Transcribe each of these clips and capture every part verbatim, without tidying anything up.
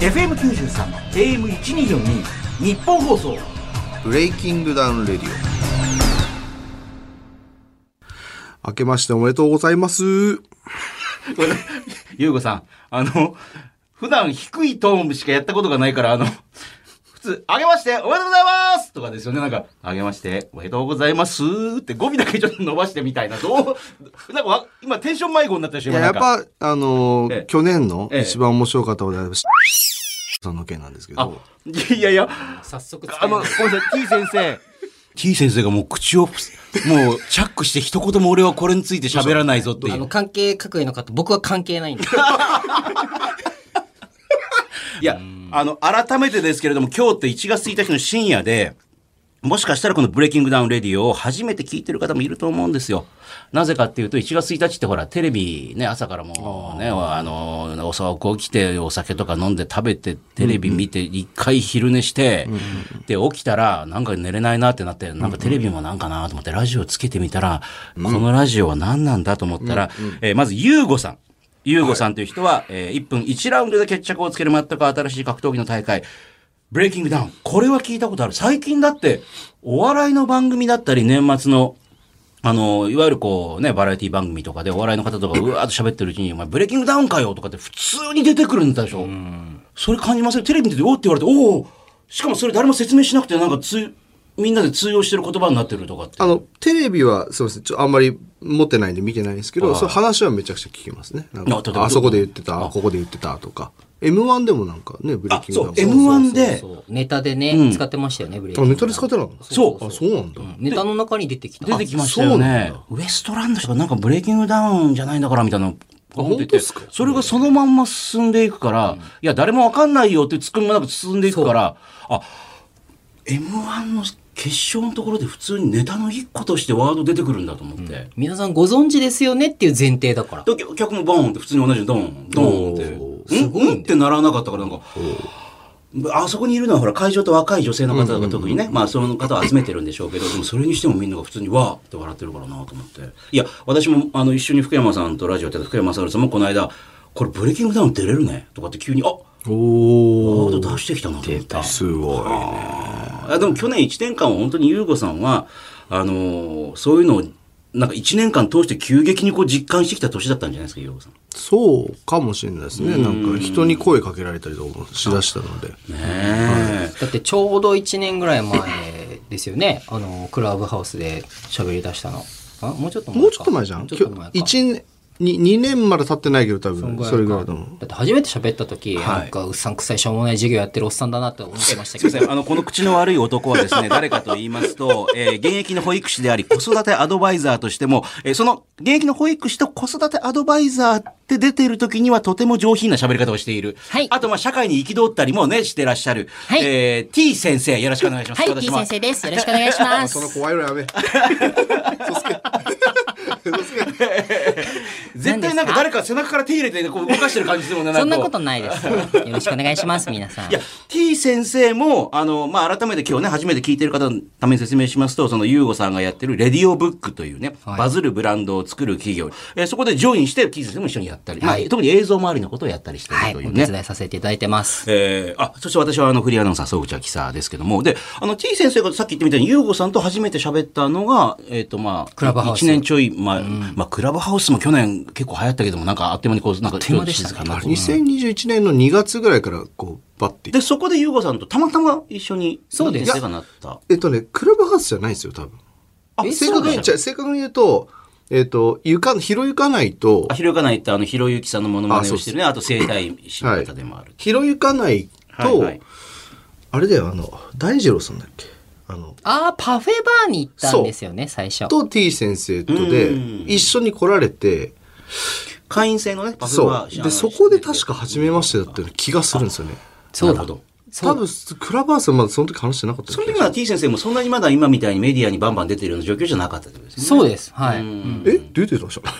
エフエムきゅうじゅうさん エーエムせんにひゃくよんじゅうに 日本放送ブレイキングダウンレディオ。明けましておめでとうございます。 ゆうごさん、あの普段低いトーンしかやったことがないから、あの普通あげましておめでとうございますとかですよね。なんかあげましておめでとうございますって語尾だけちょっと伸ばしてみたいな、どうなんか今テンション迷子になったでしょ。 いや、やっぱあのーええ、 去年のええ一番面白かったのであればさんの件なんですけど、 あ、いやいや、 早速あの、ごめんなさい、T 先生。T 先生がもう口を、もう、チャックして一言も俺はこれについて喋らないぞっていう。 あの、関係各位の方、僕は関係ないんで。 いや、あの、改めてですけれども、今日っていちがつついたちの深夜で、もしかしたらこのブレイキングダウンレディオを初めて聞いてる方もいると思うんですよ。なぜかっていうと、いちがつついたちってほら、テレビね、朝からもうね、あの、遅く起きて、お酒とか飲んで食べて、テレビ見て、一回昼寝して、で、起きたら、なんか寝れないなってなって、なんかテレビもなんかなと思って、ラジオつけてみたら、このラジオは何なんだと思ったら、えーまず、ゆうごさん。ゆうごさんという人は、えー、いっぷんいちラウンドで決着をつける全く新しい格闘技の大会、ブレイキングダウン。これは聞いたことある。最近だって、お笑いの番組だったり、年末の、あの、いわゆるこうね、バラエティ番組とかでお笑いの方とかうわーっと喋ってるうちに、お前ブレイキングダウンかよとかって普通に出てくるんだでしょ。それ感じません？テレビ見てて、おーって言われて、おお、しかもそれ誰も説明しなくて、なんかつ、みんなで通用してる言葉になってるとかって。 あの、テレビは、そうですね、ちょあんまり持ってないんで見てないんですけど、その話はめちゃくちゃ聞きますね。なんかあ例えばあそこで言ってた、あここで言ってたとか。エムワン でもなんかね、ブレイキングダウン。 あそう エムワン でそうネタでね、 うん使ってましたよね、ブレイキあ、 ングネタで使ってたの？ そうあ、そうなんだ。 ネタの中に出てきた。 出てきましたよね。ウエストランドとかなんかブレイキングダウンじゃないんだからみたいな。 本当ですか？ それがそのまんま進んでいくから、いや、誰もわかんないよっていうツッコミもなく進んでいくから、あ、エムワン の決勝のところで普通にネタの一個としてワード出てくるんだと思って。 皆さんご存知ですよねっていう前提だから。 で客もボーンって普通に同じドーン、ドーンって。 すごいんだようんってならなかったからなんか、あそこにいるのはほら会場と若い女性の方が特にね、まあその方を集めてるんでしょうけど、でもそれにしてもみんなが普通にわーって笑ってるからなと思って。いや、私もあの一緒に福山さんとラジオやってた福山雅治さんもこの間、これブレイキングダウン出れるねとかって急に、あ、ワおード出してきたなと思って。 すごいね。 あでも去年いちねんかんは本当に優吾さんは、あのー、そういうのをなんかいちねんかん通して急激にこう実感してきた年だったんじゃないですか、優吾さん。 そうかもしれないですね。なんか人に声かけられたりとかもしだしたので。 ねえ、 だってちょうどいちねんぐらい前ですよね。あの、クラブハウスで喋り出したの。あ、もうちょっと前か。 もうちょっと前じゃん。 もうちょっと前か。 一年、に、にねんまだ経ってないけど多分それぐらいだもん。 だって初めて喋った時、 はいなんかうっさんくさいしょうもない授業やってるおっさんだなって思ってましたけど。 すいません。あの、この口の悪い男はですね、誰かと言いますと、えー現役の保育士であり、子育てアドバイザーとしても、えーその、現役の保育士と子育てアドバイザーって出ている時にはとても上品な喋り方をしている。 はいあと、まあ、社会に憤ったりもね、してらっしゃる。 はいえー T 先生、よろしくお願いします。 はい、 私 T も先生です。よろしくお願いしまそのす。 怖いのやめ。 絶対なんか誰か背中から手入れてこう動かしてる感じするもんね。 そんなこととないです。よろしくお願いします、皆さん。 いや、T 先生も、あの、まあ、改めて今日ね、初めて聞いてる方のために説明しますと、その、ゆうごさんがやってるレディオブックというね、 はいバズるブランドを作る企業、えーそこでジョインして、T 先生も一緒にやったり、まあ、特に映像周りのことをやったりしてはい、 るというね。 お手伝いさせていただいてます。 えー、あ、そして私はあのフリーアナウンサー、総口昭さですけども、で、あの T 先生がさっき言ったみたいに、ゆうごさんと初めて喋ったのが、えっ、と、まあ、 クラブハウスいちねんちょい前、まあ、クラブハウスも去年結構流行ったけども、なんかあっという間にこう、なんかという間でしたね静かになってにせんにじゅういちねんのにがつぐらいからこうバッて。 で、そこでゆうごさんとたまたま一緒に、 そうです手がなった。 えっとね、クラブハウスじゃないんですよ、多分。 あえ正確に、じゃあ正確に言うと、えっと、ゆか、ひろゆかないとあ、、ひろゆかないってあの、ひろゆきさんのモノマネをしてるね。あと、生態師の方でもある。 ひろゆかないと、 はいはいあれだよ、あの、大二郎さんだっけあの、 あー、パフェバーに行ったんですよね、最初。 と T 先生とでうん、 一緒に来られて、 会員制のね、パフェそバーう。で、そこで確か初めましてだったような気がするんですよね。 そうだなるほど。 そう多分、クラブハウスはまだその時話してなかった気がその時は T 先生もそんなにまだ今みたいにメディアにバンバン出てるような状況じゃなかったってことですね。 そうです。はい。 うんえ出てらっしゃる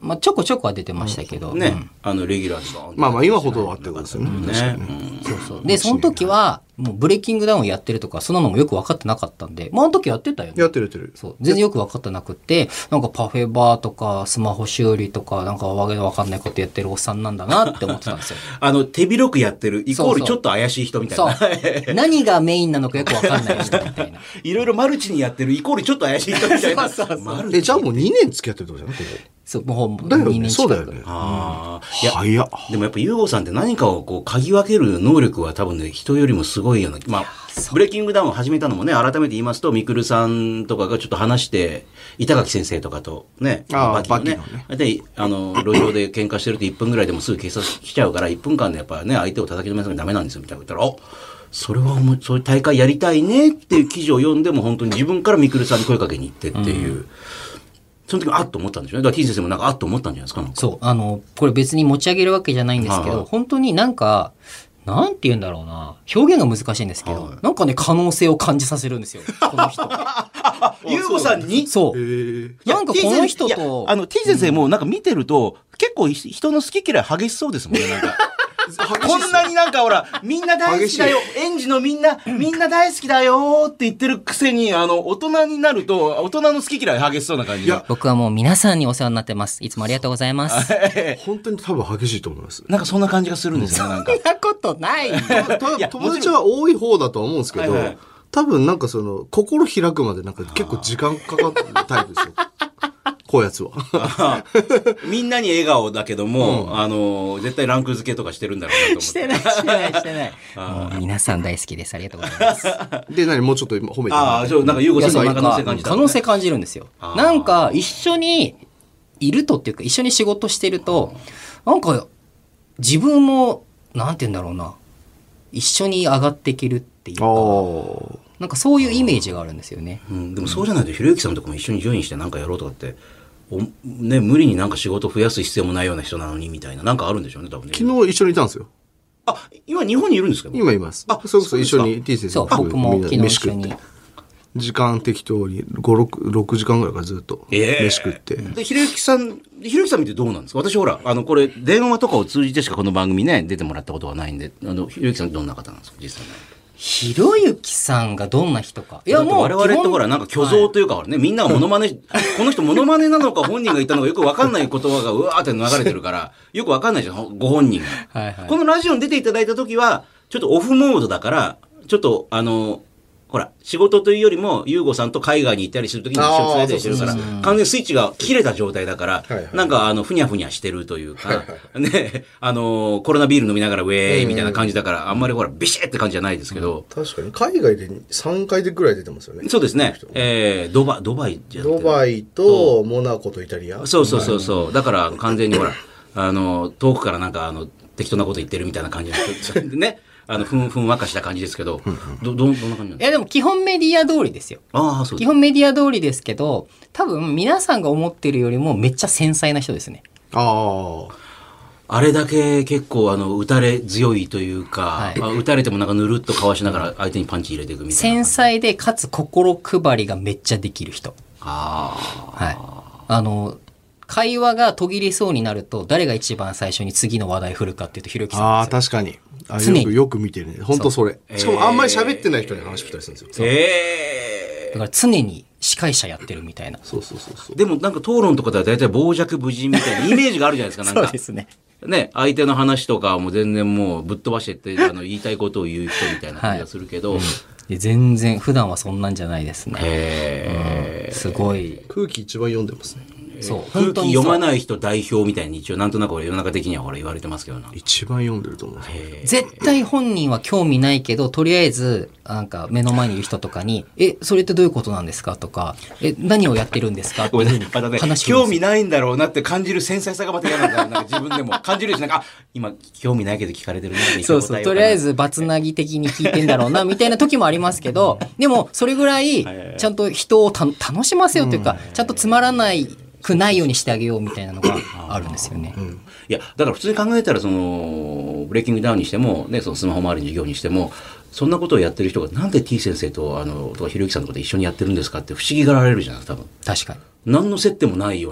まあ、ちょこちょこは出てましたけど。 ね、 うん、 あの、レギュラーズの。 まあまあ、今ほどはってことですよね。 ね。 確かにね。 そうそう。で、その時は、もうブレイキングダウンやってるとか、そんなのもよく分かってなかったんで、まあ、あの時やってたよね。 やってるやってる。 そう。全然よく分かってなくて、なんかパフェバーとか、スマホ修理とか、なんかわけの分かんないことやってるおっさんなんだなって思ってたんですよ。 あの、手広くやってる、イコールちょっと怪しい人みたいな。 そう。何がメインなのかよく分かんない人みたいな。 いろいろマルチにやってる、イコールちょっと怪しい人みたいな。そうそうそう。 え、じゃあもうにねん付き合ってるってことじゃないここ。 そう、もうだよねにねん近く。 そうだよね。 ああ。いや、 早っ。 でもやっぱユーゴさんって何かをこう、嗅ぎ分ける能力は多分ね、人よりもすごいような。まあ、ブレイキングダウンを始めたのもね、改めて言いますと、ミクルさんとかがちょっと話して、板垣先生とかとね、 あバキのねバキのね、 で、あの、路上で喧嘩してるといっぷんぐらいでもすぐ警察来ちゃうから、いっぷんかんでやっぱね、相手を叩き止めなきゃダメなんですよ、みたいなこと言ったら、おそれはもう、そういう大会やりたいねっていう記事を読んでも、本当に自分からミクルさんに声かけに行ってっていう。うん、その時あっと思ったんでしょうね。だから T 先生もなんかあっと思ったんじゃないですか。なんかそう。あの、これ別に持ち上げるわけじゃないんですけど、 はい、 本当になんか、なんて言うんだろうな。表現が難しいんですけど、はい、なんかね、可能性を感じさせるんですよ。この人。 あ、ユーゴさんにそう。なんかこの人と。 あの、T 先生もなんか見てると、うん、結構人の好き嫌い激しそうですもんね、なんか。こんなになんかほら、みんな大好きだよ、園児のみんな、みんな大好きだよって言ってるくせに、あの、大人になると、大人の好き嫌い激しそうな感じ。いや、 僕はもう皆さんにお世話になってます。いつもありがとうございます。 本当に多分激しいと思います。 なんかそんな感じがするんですよね、なんか。 そんなことない。 友達は多い方だとは思うんですけど、はいはい、多分なんかその、心開くまでなんか結構時間かかるタイプですよ。こういうやつは。 みんなに笑顔だけども、うん、あの、絶対ランク付けとかしてるんだろうなと思って。 してない、してない、してない。もう皆さん大好きです。ありがとうございます。 で、何もうちょっと今褒めてああ、そう、なんか、ユーゴさんの可能性感じた、 ね。可能性感じるんですよ。なんか、一緒にいるとっていうか、一緒に仕事してると、なんか、自分も、なんて言うんだろうな、一緒に上がっていけるっていうか、なんかそういうイメージがあるんですよね。 うん、でもそうじゃないと、ひろゆきさんとかも一緒にジョインしてなんかやろうとかって、ね、無理になんか仕事増やす必要もないような人なのにみたいな、なんかあるんでしょうね、多分ね。 昨日一緒にいたんですよ。 あ、今日本にいるんですか？ 今います。あ、それこそ一緒に T 先生と僕も昨日一緒に。 時間適当にご、ろく、ろくじかんぐらいからずっと飯食って。えー、で、ひろゆきさん、ひろゆきさん見てどうなんですか？私ほら、あの、これ、電話とかを通じてしかこの番組ね、出てもらったことがないんで、あの、ひろゆきさんどんな方なんですか、実際に。 ひろゆきさんがどんな人か。 いや、もう我々ってほら、なんか虚像というか、ほらね、みんながモノマネ、この人モノマネなのか本人が言ったのかよくわかんない言葉がうわーって流れてるから、よくわかんないじゃん、ご本人が。はいはい、このラジオに出ていただいた時は、ちょっとオフモードだから、ちょっと、あの、ほら、仕事というよりも、ゆうごさんと海外に行ったりするときに一緒に連れたりしてるから、完全にスイッチが切れた状態だから、はいはい、なんかあの、ふにゃふにゃしてるというか、はいはい、ね、あの、コロナビール飲みながらウェーイみたいな感じだから、あんまりほら、ビシッって感じじゃないですけど。 うん、確かに、海外でさんかいでぐらい出てますよね。 そうですね。えー、ドバイ、ドバイじゃなくて。 ドバイと、モナコとイタリア。 そうそうそうそう。だから、完全にほら、あの、遠くからなんか、あの、適当なこと言ってるみたいな感じでね。あの、ふんふんわかした感じですけど、ど、ど、どんな感じなんですか？ いや、でも基本メディア通りですよ。 ああ、そうです。 基本メディア通りですけど、多分皆さんが思ってるよりもめっちゃ繊細な人ですね。 ああ。あれだけ結構、あの、打たれ強いというか、はい、打たれてもなんかぬるっとかわしながら相手にパンチ入れていくみたいな。 繊細で、かつ心配りがめっちゃできる人。 ああ。はい。あの、会話が途切れそうになると、誰が一番最初に次の話題振るかっていうと、ひろゆきさん。 ああ、確かに。あよくよく見てるね。本当それ。しかもあんまり喋ってない人に話振ったりするんですよ。 えー、だから常に司会者やってるみたいな。 そうそうそうそう。 でもなんか討論とかでは大体傍若無人みたいなイメージがあるじゃないですか。なんかそうですね。 ね、相手の話とかも全然もうぶっ飛ばしてってあの言いたいことを言う人みたいな感じがするけど、 はいうん、全然普段はそんなんじゃないですね。 へー、うん、すごい空気一番読んでますね。 そう空気読まない人代表みたいに一応なんとなく俺世の中的にはほら言われてますけどな。 一番読んでると思う。 絶対本人は興味ないけどとりあえずなんか目の前にいる人とかにえそれってどういうことなんですかとかえ何をやってるんですかっていうふうに話興味ないんだろうなって感じる繊細さがまた嫌なんだよ。なんか自分でも感じるしなんかあ今興味ないけど聞かれてるなってそうそうとりあえずバツナギ的に聞いてんだろうなみたいな時もありますけどでもそれぐらいちゃんと人をた楽しませようというかちゃんとつまらないくないようにしてあげようみたいなのがあるんですよね。 うん、いやだから普通に考えたらそのブレイキングダウンにしても、ね、そのスマホ周りの授業にしてもそんなことをやってる人がなんで T 先生とあのとかひろゆきさんのこと一緒にやってるんですかって不思議がられるじゃないですか多分。 確かに。 何の接点もないような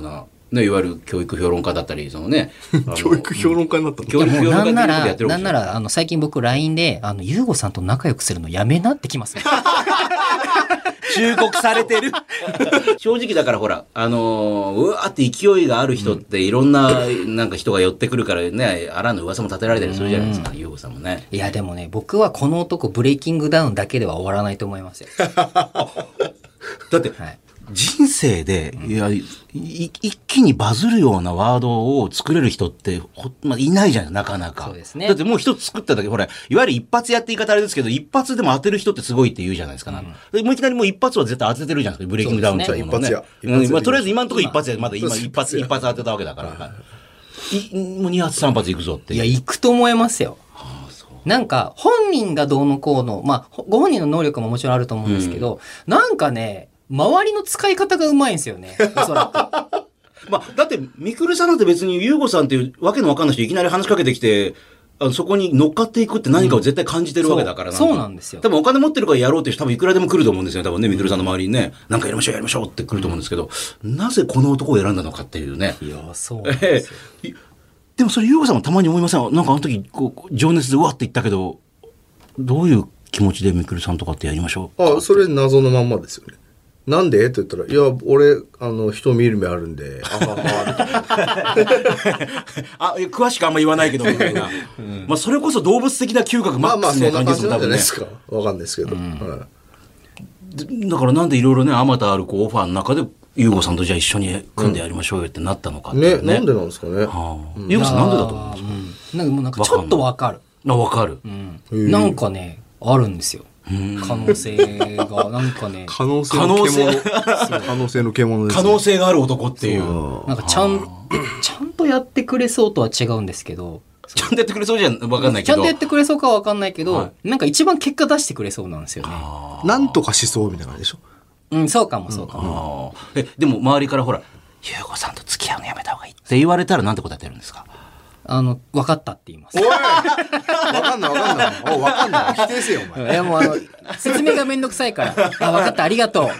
ね、いわゆる教育評論家だったり、そのね。 教育評論家になったの。 教育評論家なんなら、 っていうことやってるわなんなら、あの、最近僕 ライン で、あの、ゆうごさんと仲良くするのやめなってきますね。 忠告されてる。正直だからほら、あのー、うわーって勢いがある人っていろんな、なんか人が寄ってくるからね、あらぬ噂も立てられたりするじゃないですか、ゆうごさんもね。 いや、でもね、僕はこの男、ブレイキングダウンだけでは終わらないと思いますよ。 だって、はい、人生で、いや、い一気にバズるようなワードを作れる人ってほ、まあ、いないじゃん、なかなか。 そうですね。 だってもう一つ作っただけ、ほら、いわゆる一発やって言い方あれですけど、一発でも当てる人ってすごいって言うじゃないですか。うん、でもういきなりもう一発は絶対当ててるじゃないですか、ブレイキングダウンっていうものね。うん、まあ、とりあえず今のところ一発で、まだ今一発、一発当てたわけだから。いもう二発三発いくぞって。 いや、いくと思いますよ。なんか、本人がどうのこうの、まあ、ご本人の能力ももちろんあると思うんですけど、うん、なんかね、周りの使い方がうまいんですよね、おそらく。 まあ、だって、みくるさんなんて別に、ゆうごさんっていうわけのわかんない人いきなり話しかけてきて、あのそこに乗っかっていくって何かを絶対感じてるわけだから、 うん、そう、そうなんですよ。 多分お金持ってるからやろうっていう人多分いくらでも来ると思うんですよ。多分ね、みくるさんの周りにね、なんかやりましょうやりましょうって来ると思うんですけど、うん、なぜこの男を選んだのかっていうね。 いや、そうなんですよ。えー、 でもそれ、ゆうごさんもたまに思いません？なんかあの時、こう、情熱でうわって言ったけど、どういう気持ちでみくるさんとかってやりましょう？ あ、それ謎のまんまですよね。なんでって言ったら、いや、俺、あの、人見る目あるんで、あははあ、詳しくあんま言わないけど、みたいな。うん、まあ、それこそ動物的な嗅覚マックスな感じですもんね。 まあまあ、そんな感じなんじゃないですか。わかんないですけど。うんはい、 だからなんでいろいろね、あまたあるこうオファーの中で、ゆうごさんとじゃあ一緒に組んでやりましょうよってなったのかっていうね。 ね、なんでなんですかね。 はあ、ゆうごさんなんでだと思うんですか？ うん、なんかもうなんかちょっとわかる。 あ、わかる。 うん、なんかね、あるんですよ。可能性がなんかね可能性の獣可能性の獣です、 ね、可能性がある男っていうなんかちゃんちゃんとやってくれそうとは違うんですけどちゃんとやってくれそうじゃ分かんないけどちゃんとやってくれそうかは分かんないけど、はい、なんか一番結果出してくれそうなんですよね。 なんとかしそうみたいな感じでしょ。 うんそうかもそうかも、 うん、えでも周りからほらゆうごさんと付き合うのやめた方がいいって言われたらなんて答えてるんですか？ あの、分かったって言います。 おい分かんない分かんない。おい分かんない。否定せよ、お前。 いや、もうあの、説明がめんどくさいから。あ、分かった、ありがとう。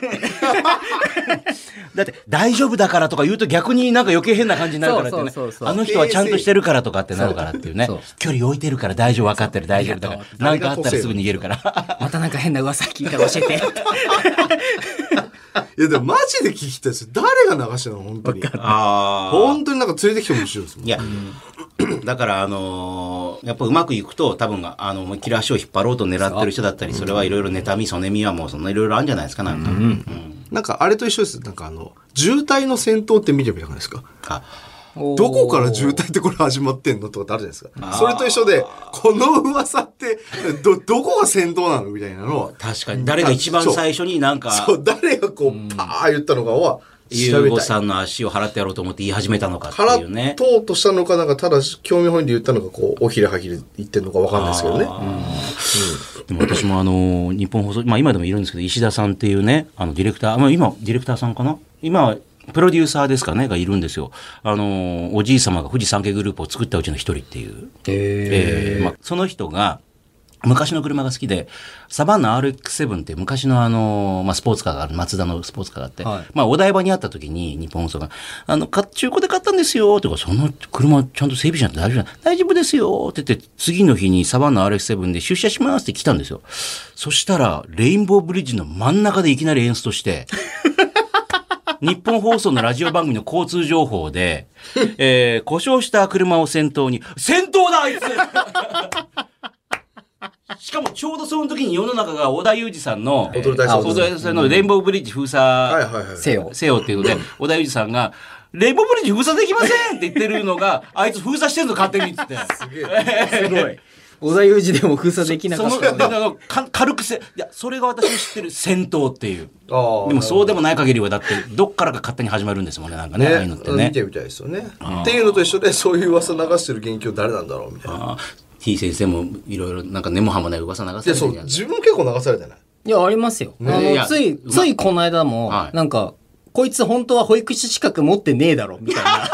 だって、大丈夫だからとか言うと逆になんか余計変な感じになるからってね。そうそうそうそうあの人はちゃんとしてるからとかってなるからっていうね。そう距離置いてるから大丈夫分かってる大丈夫だから。なんかあったらすぐ逃げるから。 またなんか変な噂聞いたら教えて。 いやでもマジで聞きたいですよ。誰が流したの本当に。あ本当になんか連れてきてほしいですもん。 いや、だからあのー、やっぱうまくいくと多分あの思いっきり足を引っ張ろうと狙ってる人だったり、それはいろいろ妬みそねみはもうそんないろいろあるんじゃないですかなんか。うんうん、 なんかあれと一緒です。なんかあの渋滞の先頭って見てみたくないですか。あどこから渋滞ってこれ始まってんのとかってあるじゃないですか。それと一緒で、この噂って、ど、どこが先頭なのみたいなのは。 確かに。誰が一番最初になんか。 そう、誰がこう、パー言ったのかは、 ゆうごさんの足を払ってやろうと思って言い始めたのかっていうね。 払とうとしたのか、なんかただ興味本位で言ったのか、こう、おひれはぎで言ってるのかわかんないですけどね。 うん、でも私もあの、日本放送、まあ今でもいるんですけど、石田さんっていうね、あの、ディレクター、まあ今、ディレクターさんかな今は、プロデューサーですかねがいるんですよ。あのおじい様が富士山系グループを作ったうちの一人っていう。えーまあ、その人が昔の車が好きでサバンナ アールエックスセブン って昔のあの、まあ、スポーツカーがあるマツダのスポーツカーがあって、はい、まあお台場にあった時に日本放送があの中古で買ったんですよってその車ちゃんと整備しないと大丈夫じゃない大丈夫ですよって言って次の日にサバンナ アールエックスセブン で出社しますって来たんですよ。そしたらレインボーブリッジの真ん中でいきなりエンストして日本放送のラジオ番組の交通情報で、えー、故障した車を先頭に、先頭だあいつしかもちょうどその時に世の中が織田裕二さんの、 踊り大祭のレインボーブリッジ封鎖せよ、せよっていうので、織田裕二さんが、レインボーブリッジ封鎖できませんって言ってるのが、あいつ封鎖してるの勝手にって言って。すげえ。すごい。織田裕二でも封鎖できなかった、ね、 そのか軽くせいやそれが私の知ってる戦闘っていうあでもそうでもない限りはだってどっからか勝手に始まるんですもんねなんかねねああいうのってね見てみたいですよねっていうのと一緒でそういう噂流してる元凶誰なんだろうみたいな T 先生もいろいろなんか根も葉もない噂流されてるじゃん。いやそう自分結構流されてないいやありますよ、ね、あのついついこの間も、はい、なんかこいつ本当は保育士資格持ってねえだろみたいな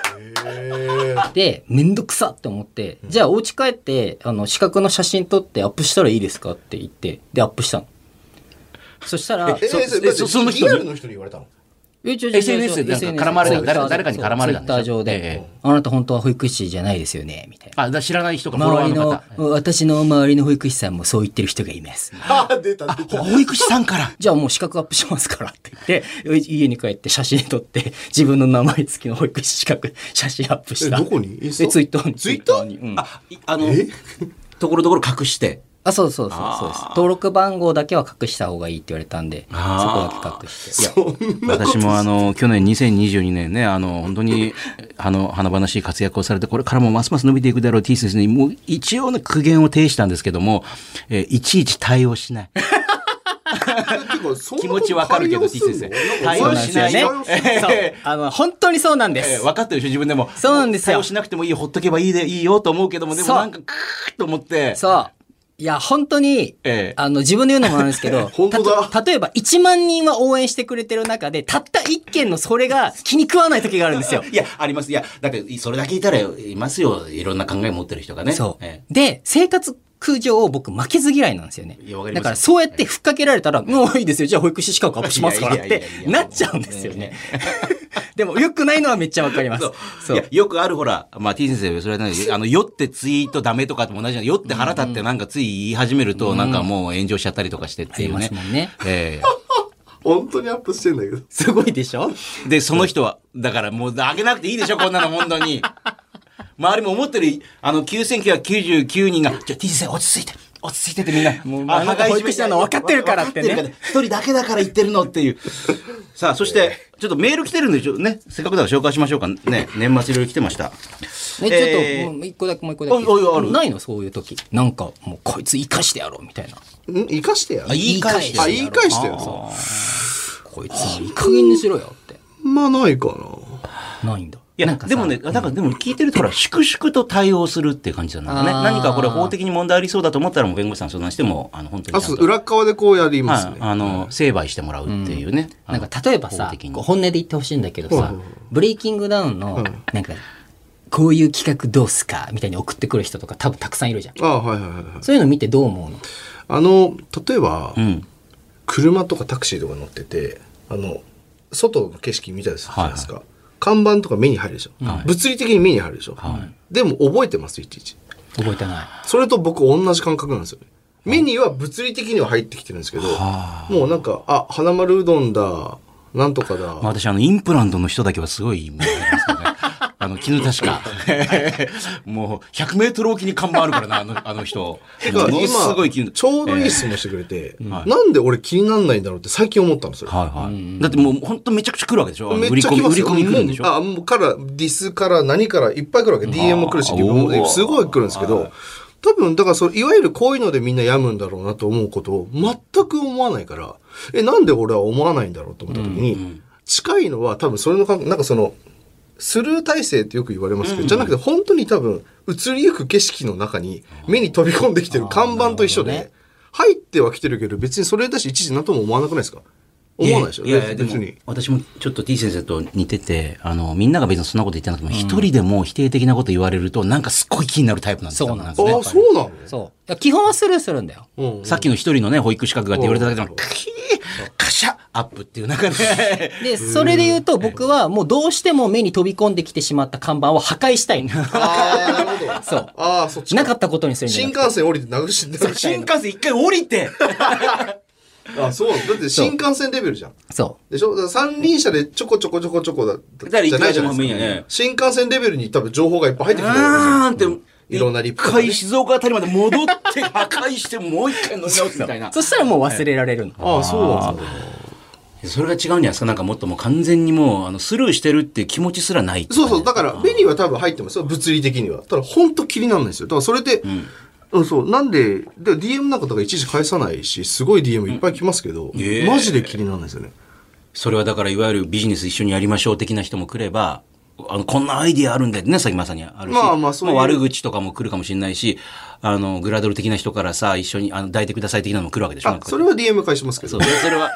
でめんどくさって思って、うん、じゃあお家帰ってあの資格の写真撮ってアップしたらいいですかって言ってでアップしたのそしたらええそそその人リアルの人に言われたのえちょちょちょエスエヌエス でなんか絡まれた誰誰かに絡まれたんでしょ。 ツイッター上で、 ええ、 あなた本当は保育士じゃないですよねみたいな。 あ、だ知らない人がフォロワー周りの方。 の私の周りの保育士さんもそう言ってる人がいます。 あ出た出た。 保育士さんから。 じゃあもう資格アップしますからって言って家に帰って写真撮って自分の名前付きの保育士資格写真アップした。 えどこに？ えツイッターに。 ツイッターに。うん、 ああのところどころ隠して。 あ、そうそうそうそうです。登録番号だけは隠した方がいいって言われたんで、そこだけ隠して。 いや、私もあの去年にせんにじゅうにねんね、あの本当にあの華々しい活躍をされて、これからもますます伸びていくだろう T 先生にもう一応の苦言を呈したんですけども、えー、いちいち対応しない。気持ちわかるけど T 先生対応しないね。そうあの本当にそうなんです。 えー、分かってるでしょ自分でも。 そうなんですよ。 対応しなくてもいい、ほっとけばいいでいいよと思うけども、でもなんかクーッと思って。 そう。いや、本当に、ええ、あの、自分で言うのもあるんですけど、 本当だ。 た、例えばいちまんにんは応援してくれてる中で、たったいっけんのそれが気に食わない時があるんですよ。 いや、あります。いや、だってそれだけいたらいますよ。いろんな考え持ってる人がね。 そう。 ええ、 で、生活苦情を僕負けず嫌いなんですよね。いや、わかります。だからそうやってふっかけられたら、もういいですよ。じゃあ保育士資格アップしますからってなっちゃうんですよね。でも良くないのはめっちゃわかります。そうそう。いや、よくあるほら、まあ T 先生、それはね、あの、酔ってツイートダメとかとも同じな、酔って腹立ってなんかつい言い始めると、なんかもう炎上しちゃったりとかしてっていうね。 ありますもんね。 ええー。本当にアップしてんだけど。 すごいでしょ？ で、その人は、だからもうあげなくていいでしょ、こんなの本当に。周りも思ってる、あの、きゅうせんきゅうひゃくきゅうじゅうきゅうにんが、じゃあ T 先生落ち着いて。落ち着いててみんな。 もう、あの保育士なの分かってるからってね。 一人だけだから言ってるのっていう。さあ、そして、ちょっとメール来てるんでしょね。せっかくだから紹介しましょうか。ね、年末いろいろ来てました。 ね、ちょっと、えー、もう一個だけ、もう一個だけ。ああるないのそういう時。なんか、もうこいつ生かしてやろうみたいな。 ん生かしてやろう言い返してやろう。 言い返してやろう。 こいつもいい加減にしろよって。 まあ、ないかな。ないんだ。 いや、でもね、だからでも聞いてるとほら、粛々と対応するっていう感じなんだね。何かこれ法的に問題ありそうだと思ったらもう弁護士さん相談しても、あの、本当にあ、そう、裏側でこうやりますね。 あの、成敗してもらうっていうね。 なんか例えばさ、本音で言ってほしいんだけどさ、ブレイキングダウンの、なんか、こういう企画どうすかみたいに送ってくる人とか多分たくさんいるじゃん。 ああ、はいはいはい。 そういうの見てどう思うの？ あの、例えば、車とかタクシーとか乗ってて、あの、外の景色見たりするじゃないですか。看板とか目に入るでしょ、はい、物理的に目に入るでしょ、はい、でも覚えてますいちいち覚えてない。 それと僕同じ感覚なんですよね。目には物理的には入ってきてるんですけど、もうなんかあ花丸うどんだなんとかだ、まあ、 私あのインプラントの人だけはすごいイメージありますけどねあの絹確かもうひゃくメートルおきに看板あるからなあのあの人ものすごい気にちょうどいい質問してくれて、えー、なんで俺気にならないんだろうって最近思ったんですよ、はいはい、だってもう本当めちゃくちゃ来るわけでしょ。 めっちゃ来ますよ。 売り込み来るんでしょ。 あもうからディスから何からいっぱい来るわけ、 ディーエム も来るしすごい来るんですけど、多分だからそいわゆるこういうのでみんな病むんだろうなと思うことを全く思わないから、えなんで俺は思わないんだろうと思った時に、うんうん、近いのは多分それのかなんかそのスルー体制ってよく言われますけど、うんうん、じゃなくて本当に多分移りゆく景色の中に目に飛び込んできてる看板と一緒で、ね、入ってはきてるけど別にそれだし一時何とも思わなくないですか。思わないでしょ。いやいや別に私もちょっと T 先生と似てて、あのみんなが別にそんなこと言ってなくても一、うん、人でも否定的なこと言われるとなんかすっごい気になるタイプなんですよ。 そうなんですね。 あそうなの。 そう基本はスルーするんだよ、 うんうん、さっきの一人のね保育資格がって言われただけでもキーカシャアップっていう中ででそれで言うと僕はもうどうしても目に飛び込んできてしまった看板を破壊したい。 あなるほど。 そうあそっちなかったことにするんじゃなくて新幹線降りて殴して新幹線一回降りてあそうだって新幹線レベルじゃん。 そうでしょ。だから三輪車でちょこちょこちょこちょこだったじゃないじゃないですか、ね、新幹線レベルに多分情報がいっぱい入ってきてるわけですよ。っていろんなリップ、 ね、一回静岡あたりまで戻って破壊してもう一回乗り直すみたいなそしたらもう忘れられるの、 はい、ああそうなんですね。それが違うんじゃないですか。なんかもっともう完全にもうあのスルーしてるっていう気持ちすらない。 そうそうだから目には多分入ってますよ物理的には。ただ本当気にならないんですよ。だからそれで、うんうん、そうなんでで ディーエム なんかとかいちいち返さないしすごい ディーエム いっぱい来ますけど、うんえー、マジで気にならないですよね。 それはだからいわゆるビジネス一緒にやりましょう的な人も来ればあのこんなアイディアあるんだよねさっきまさにあるし、まあまあそういうまあ、悪口とかも来るかもしれないしあのグラドル的な人からさ一緒にあの抱いてください的なのも来るわけでしょ。 あそれは ディーエム 返しますけどそうそれは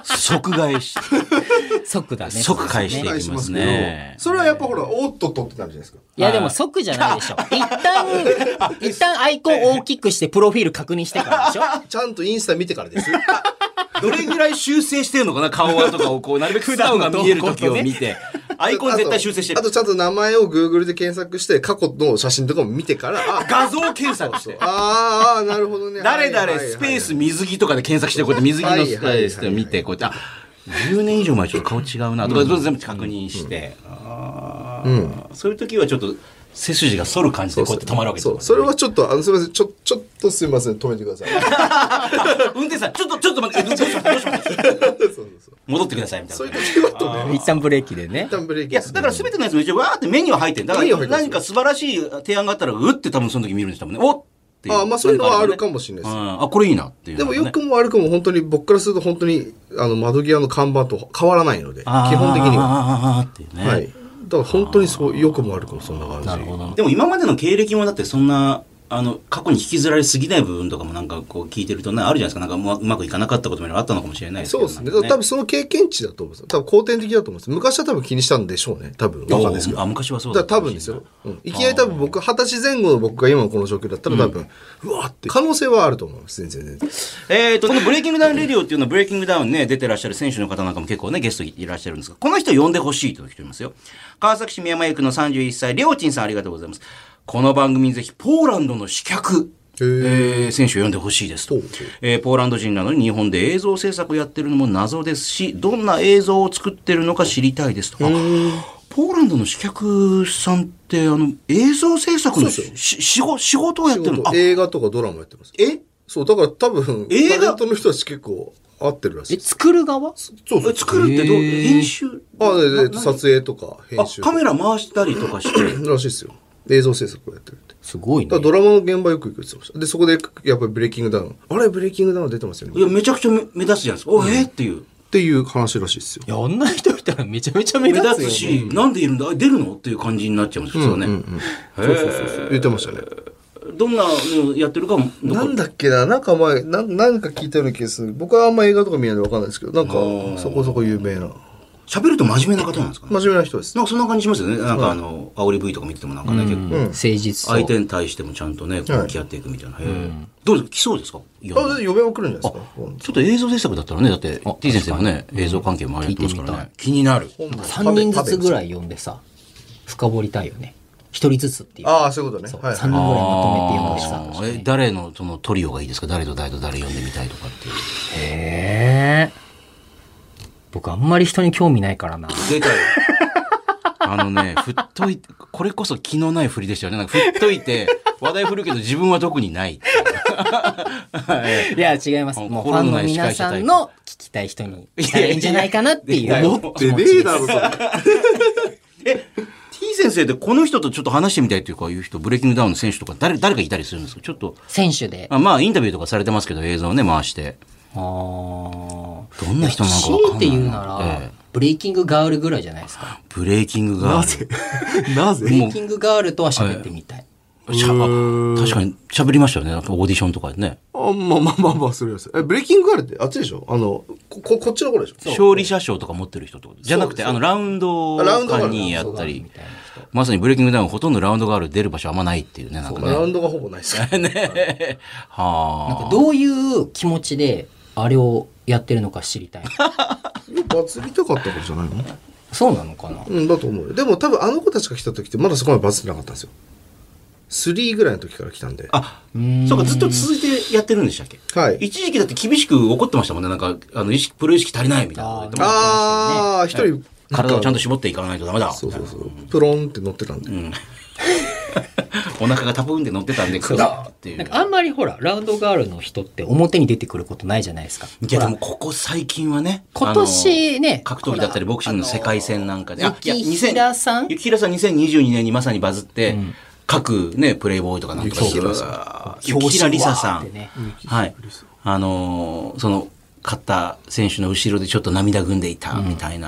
即買いし、 即だね。 即返していきますね。 それはやっぱほら、おっとっとってなるじゃないですか。 いやでも即じゃないでしょ。一旦、一旦アイコン大きくしてプロフィール確認してからでしょ。 ちゃんとインスタ見てからです。 どれぐらい修正してるのかな、顔とかをこう、なるべく素顔が見える時を見て。アイコン絶対修正してる。 あとちゃんと名前を Google で検索して、過去の写真とかも見てから、あ、 画像検索して。 ああ、なるほどね。 誰々スペース水着とかで検索して、こうやって水着のスペースで見て、こうやって、あ、じゅうねん以上前ちょっと顔違うなとか、全部確認して。そういう時はちょっと、背筋が反る感じでこうやって止まるわけですよ。 そう、それはちょっと、あの、すみません、ちょ、ちょっとすみません、止めてください。 運転手さん、ちょっと、ちょっと待って、どうしますどうしますそうそうそう戻ってください、みたいな。 そういう時は止め一旦ブレーキでね。 一旦ブレーキ。 いや、だから全てのやつめっちゃわーって目には入ってる。だから何か素晴らしい提案があったら、うって多分その時見るんでしたもんね。おっていう。 ああ、まあそういうのはあるかもしれないです。 あ、これいいなっていう。 でも良くも悪くも本当に僕からすると本当に、あの、窓際の看板と変わらないので、基本的には。 ああ、っていうね。 はい。だから本当にそう、良くも悪くもそんな感じ。 なるほど。でも今までの経歴もだってそんな、あの、過去に引きずられすぎない部分とかもなんかこう聞いてるとね、あるじゃないですか。なんかうまうまくいかなかったこともあったのかもしれないですけど。 そうですね。多分その経験値だと思うんですよ。多分後天的だと思うんです。昔は多分気にしたんでしょうね。多分。わかんないですけど。 あ、昔はそうだ。多分ですよ。うん。いきなり多分僕、二十歳前後の僕が今のこの状況だったら多分、うん、うわって。可能性はあると思います。全然全然。 えっと、このブレイキングダウンレディオっていうのはブレイキングダウンね、出てらっしゃる選手の方なんかも結構ね、ゲストいらっしゃるんですが、この人呼んでほしいという人いますよ。川崎市宮前区のさんじゅういっさい、りょうちんさんありがとうございます。この番組にぜひポーランドの刺客、えー、選手を呼んでほしいですと、えー、ポーランド人なのに日本で映像制作をやってるのも謎ですし、どんな映像を作ってるのか知りたいですと。ポーランドの刺客さんってあの映像制作のし仕事仕事をやってるの？ 映画とかドラマやってます。 え？ そうだから多分映画タレントの人たち結構合ってるらしい。 え、作る側？ そうそう。 作るってどう？編集？ あ、で、で撮影とか編集。 あ、カメラ回したりとかしてらしいですよ。映像制作をやってるって。 すごいね。 だドラマの現場よく行くって言ってました。で、そこでやっぱりブレイキングダウン。あれブレイキングダウン出てますよね。 いや、めちゃくちゃ目立つじゃないですか。お、えー、っていう。 っていう話らしいですよ。 いや、あんな人いたらめちゃめちゃ目立つよ、ね。 目立つし、なんでいるんだ出るのっていう感じになっちゃうんですよね。うんうんうん、 そうそうそうそう。言ってましたね。 どんなのやってるかも。 なんだっけな、なんか前、ななんか聞いたようなケース。僕はあんま映画とか見ないんでわかんないですけど、なんかそこそこ有名な。 喋ると真面目な方なんですかね。 真面目な人です。 なんかそんな感じしますよね。なんかあの、煽り V とか見ててもなんかね、結構。 誠実相手に対してもちゃんとね、向き合っていくみたいな。どうですか来そうですかあ、呼べば来るんじゃないですか。 ちょっと映像制作だったらね、だって T 先生もね、映像関係もありますからね。気になる。 さんにんずつぐらい呼んでさ、深掘りたいよね。一人ずつっていう。 ああ、そういうことね。 さんにんぐらいまとめて呼んでさ。 え、誰のそのトリオがいいですか？誰と誰と誰呼んでみたいとかっていう。 へえ。僕あんまり人に興味ないからな。 出たよ。あのね、振っといて、これこそ気のない振りでしたよね。なんか振っといて、話題振るけど自分は特にない。 いや、違います。もうファンの皆さんの聞きたい人にしたらいいんじゃないかなっていう。 思ってねえだろ、それ。 え、T 先生でこの人とちょっと話してみたいというか、いう人、ブレイキングダウンの選手とか誰、誰かいたりするんですか？ちょっと。 選手で。 あ、まあ、インタビューとかされてますけど、映像をね、回して。ああ。どんな人なのか分かんない。 強いて言うなら、ええ、ブレイキングガールぐらいじゃないですか。 ブレイキングガール。 なぜなぜブレイキングガールとは喋ってみたい。 しゃ確かに喋りましたよね。なんかオーディションとかでね。 あ、まあまあまあまあ、それはそれ。え、ブレイキングガールってあっちでしょ？あの、こ、こっちの頃でしょ？ 勝利者賞とか持ってる人ってことじゃなくて、あの、ラウンド間にやったり。まさにブレイキングダウンほとんどラウンドガール出る場所あんまないっていうね。なんかね。 ラウンドがほぼないですからね。はあ。なんかどういう気持ちであれをやってるのか知りたい。 バズりたかったことじゃないの？ そうなのかな？ うん、だと思う。でも多分あの子たちが来た時ってまだそこまでバズってなかったんですよ。スリーぐらいの時から来たんで。 あ、そうか、ずっと続いてやってるんでしたっけ？はい。一時期だって厳しく怒ってましたもんね。なんか、あの、意識、プロ意識足りないみたいな。 ああ、一人。 体をちゃんと絞っていかないとダメだ。 そうそうそう。プロンって乗ってたんで。うん、 お腹がタプンって乗ってたんで、クラーっていう。 なんかあんまりほら、ラウンドガールの人って表に出てくることないじゃないですか。 いやでもここ最近はね。 今年ね。 格闘技だったりボクシングの世界戦なんかで。 雪平さん雪平さんにせんにじゅうにねんにまさにバズって、うん、各ね、プレイボーイとかなんとか。雪平さん。雪平りささん。はい。あのー、その、勝った選手の後ろでちょっと涙ぐんでいたみたいな。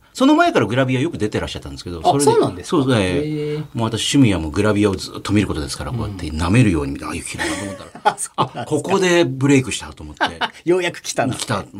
その前からグラビアよく出てらっしゃったんですけど、 あ、そうなんですか。 そうですね。もう私趣味はもうグラビアをずっと見ることですから、こうやって舐めるように見て、ああいう綺麗だと思ったら、あ、ここでブレイクしたと思って。 ようやく来たな。 来た。うん、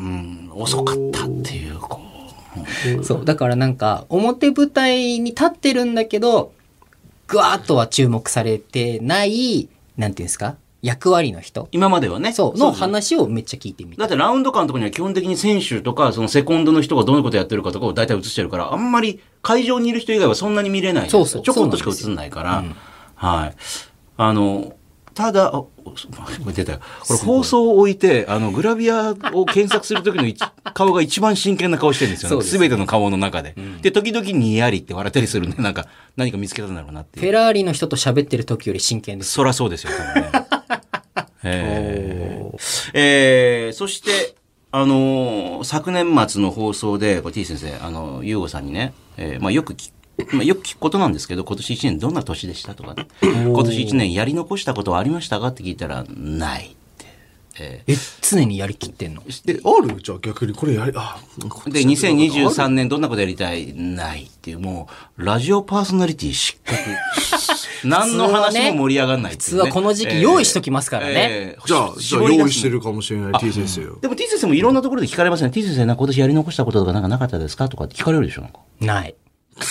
遅かったっていう、こう。そう、だからなんか、表舞台に立ってるんだけど、ぐわーっとは注目されてない、なんていうんですか、役割の人。 今まではね。 そう、の話をめっちゃ聞いてみた。 だってラウンド間のところには基本的に選手とか、そのセコンドの人がどういうことやってるかとかを大体映してるから、あんまり会場にいる人以外はそんなに見れない。 そうそう。 ちょこっとしか映んないから。うん、はい。あの、ただ、あ、出たよ。これ放送を置いて、あの、グラビアを検索する時の顔が一番真剣な顔してるんですよね。すべての顔の中で、うん。で、時々にやりって笑ったりするんで、なんか、何か見つけたんだろうなっていう。 フェラーリの人と喋ってる時より真剣です。 そらそうですよ、多分ね。えーえー、そして、あのー、昨年末の放送で、これ T 先生、あの、ゆうごさんにね、えー、まあよく聞まあ、よく聞くことなんですけど、今年一年どんな年でしたとか、ね、今年一年やり残したことはありましたかって聞いたら、ないって。 えー、え、常にやりきってんの？ え、ある？じゃあ逆にこれやり、あ、 で、にせんにじゅうさんねんどんなことやりたい？ないっていう、もう、ラジオパーソナリティ失格。何の話も盛り上がらないっていう、ね。 普通はこの時期用意しときますからね。えーえー、じゃあ、じゃあ用意してるかもしれない T 先生よ。 でも T 先生もいろんなところで聞かれますね。T 先生、なんか今年やり残したこととかなんかなかったですかとかって聞かれるでしょなんか。 ない。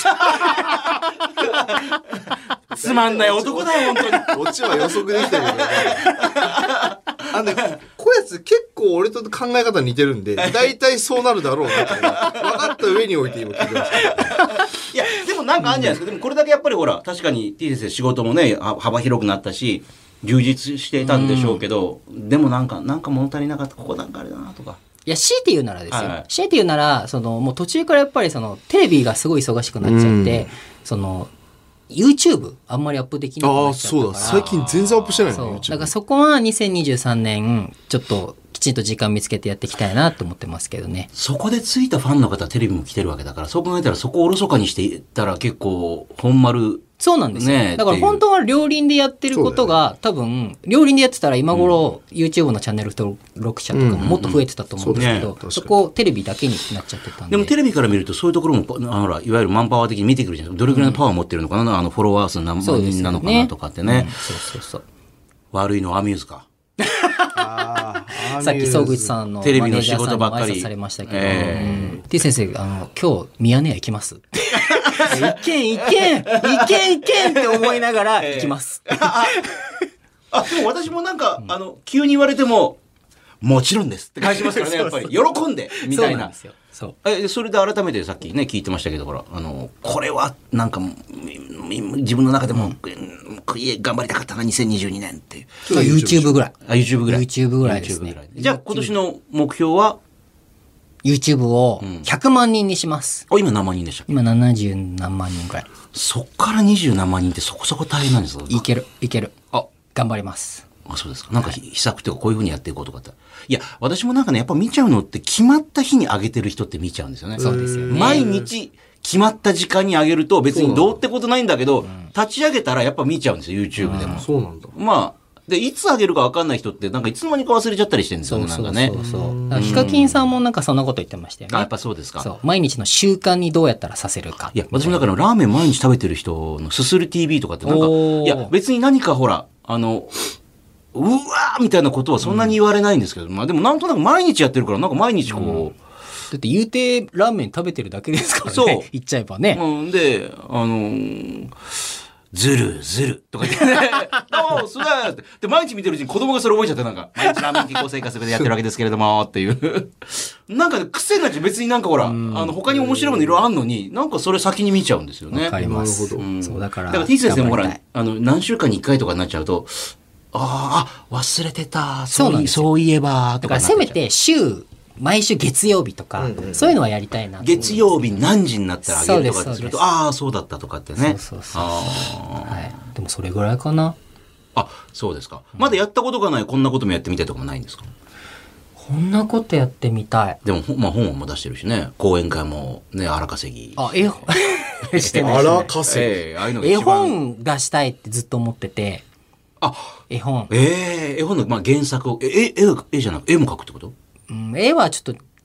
つまんない男だよ、本当に。こっちは予測できてるけどね。あのね、こういうやつ結構俺と考え方似てるんで、大体そうなるだろうなって分かった上において今聞いてました。 いや、でもなんかあるんじゃないですか。でもこれだけやっぱりほら、確かに T 先生仕事もね、幅広くなったし、充実していたんでしょうけど、うん、でもなんか、なんか物足りなかった、ここなんかあれだなとか。 いや、強いて言うならですよ。はい、強いて言うなら、その、もう途中からやっぱりその、テレビがすごい忙しくなっちゃって、うん、その、YouTube あんまりアップできなくなっちゃったから。ああ、そうだ。 最近全然アップしてないのね。だからそこはにせんにじゅうさんねん、ちょっときちんと時間見つけてやっていきたいなと思ってますけどね。 そこでついたファンの方はテレビも来てるわけだから、そう考えたらそこをおろそかにしていったら結構、本丸。 そうなんですよ、ね。だから本当は両輪でやってることが、ね、多分、両輪でやってたら今頃、うん、YouTube のチャンネル登録者とかももっと増えてたと思うんですけど、うんうんうん、そこテレビだけになっちゃってたんで。 でもテレビから見るとそういうところも、ほら、いわゆるマンパワー的に見てくるじゃないですか。どれくらいのパワーを持ってるのかな、うん、あのフォロワー数何万人なのかなとかってね。うん、そうそうそう。悪いのはアミューズか。 あさっき総口さんのテレビの仕事ばっかり挨拶されましたけど、えーうん、T 先生、あの、今日、ミヤネ屋行きますいけんいけんいけんいけんって思いながら行きます。えー、あ, あ、でも私もなんか、うん、あの、急に言われても、もちろんですって返しますからね、やっぱり。喜んでみたいな。そうなんですよ。そう。え、それで改めてさっきね、聞いてましたけど、ほら、あの、これは、なんか、自分の中でも、うん、頑張りたかったな、にせんにじゅうにねんっていう。 YouTube ぐらい。 あ、YouTube ぐらい。 YouTube ぐらいですね。 じゃあ、今年の目標は YouTube をひゃくまんにんにします。 うん、あ、今何万人でしたっけ？ 今ななじゅうなんまんにんくらい。 そっからにじゅうなんまんにんってそこそこ大変なんですか？ いける、いける。あ、頑張ります。 あ、そうですか。なんか秘策というかこういうふうにやっていこうとかって。いや、私もなんかね、やっぱ見ちゃうのって決まった日に上げてる人って見ちゃうんですよね。 そうですよね。 毎日決まった時間に上げると別にどうってことないんだけど、立ち上げたらやっぱ見ちゃうんですよ、YouTube でも。 そうなんだ。 まあ、で、いつ上げるか分かんない人って、なんかいつの間にか忘れちゃったりしてるんですよね、なんかね。 そうそうそう。ヒカキンさんもなんかそんなこと言ってましたよね。 あ、やっぱそうですか。 そう。毎日の習慣にどうやったらさせるか。 いや、私もだからラーメン毎日食べてる人のすする ティーブイ とかってなんか、いや、別に何かほら、あの、うわーみたいなことはそんなに言われないんですけど、うん、まあでもなんとなく毎日やってるから、なんか毎日こう、うん、 だって言うてラーメン食べてるだけですからね。そう。言っちゃえばね。 うん、で、あのー、ずるずるとか言ってね。おう、すごいって。で、毎日見てるうちに子供がそれ覚えちゃって、なんか、毎日ラーメン健康生活でやってるわけですけれども、っていう。なんかね、癖になっちゃう。別になんかほら、あの、他に面白いものいろいろあんのに、なんかそれ先に見ちゃうんですよね。 わかります。なるほど。うん、そうだから。 だから T 先生もほら、あの、何週間にいっかいとかになっちゃうと、ああ、忘れてた。そう、そういえば、とか。 だからせめて週、毎週月曜日とか、うんうん、そういうのはやりたいな。 月曜日何時になったらあげるとかすると、ああ、そうだったとかってね。 そうそうそう。はい。でもそれぐらいかな。 あ、そうですか。まだやったことがない、こんなこともやってみたいとかもないんですか？ こんなことやってみたい。 でも、まあ本も出してるしね。講演会もね、荒稼ぎ。 あ、絵本してない。 荒稼ぎ。 えー、ああいうのが絵本出したいってずっと思ってて。 あ、 絵本。 ええー、絵本の、まあ、原作を、え、絵、絵じゃなく、絵も描くってこと？ うん、絵はちょっと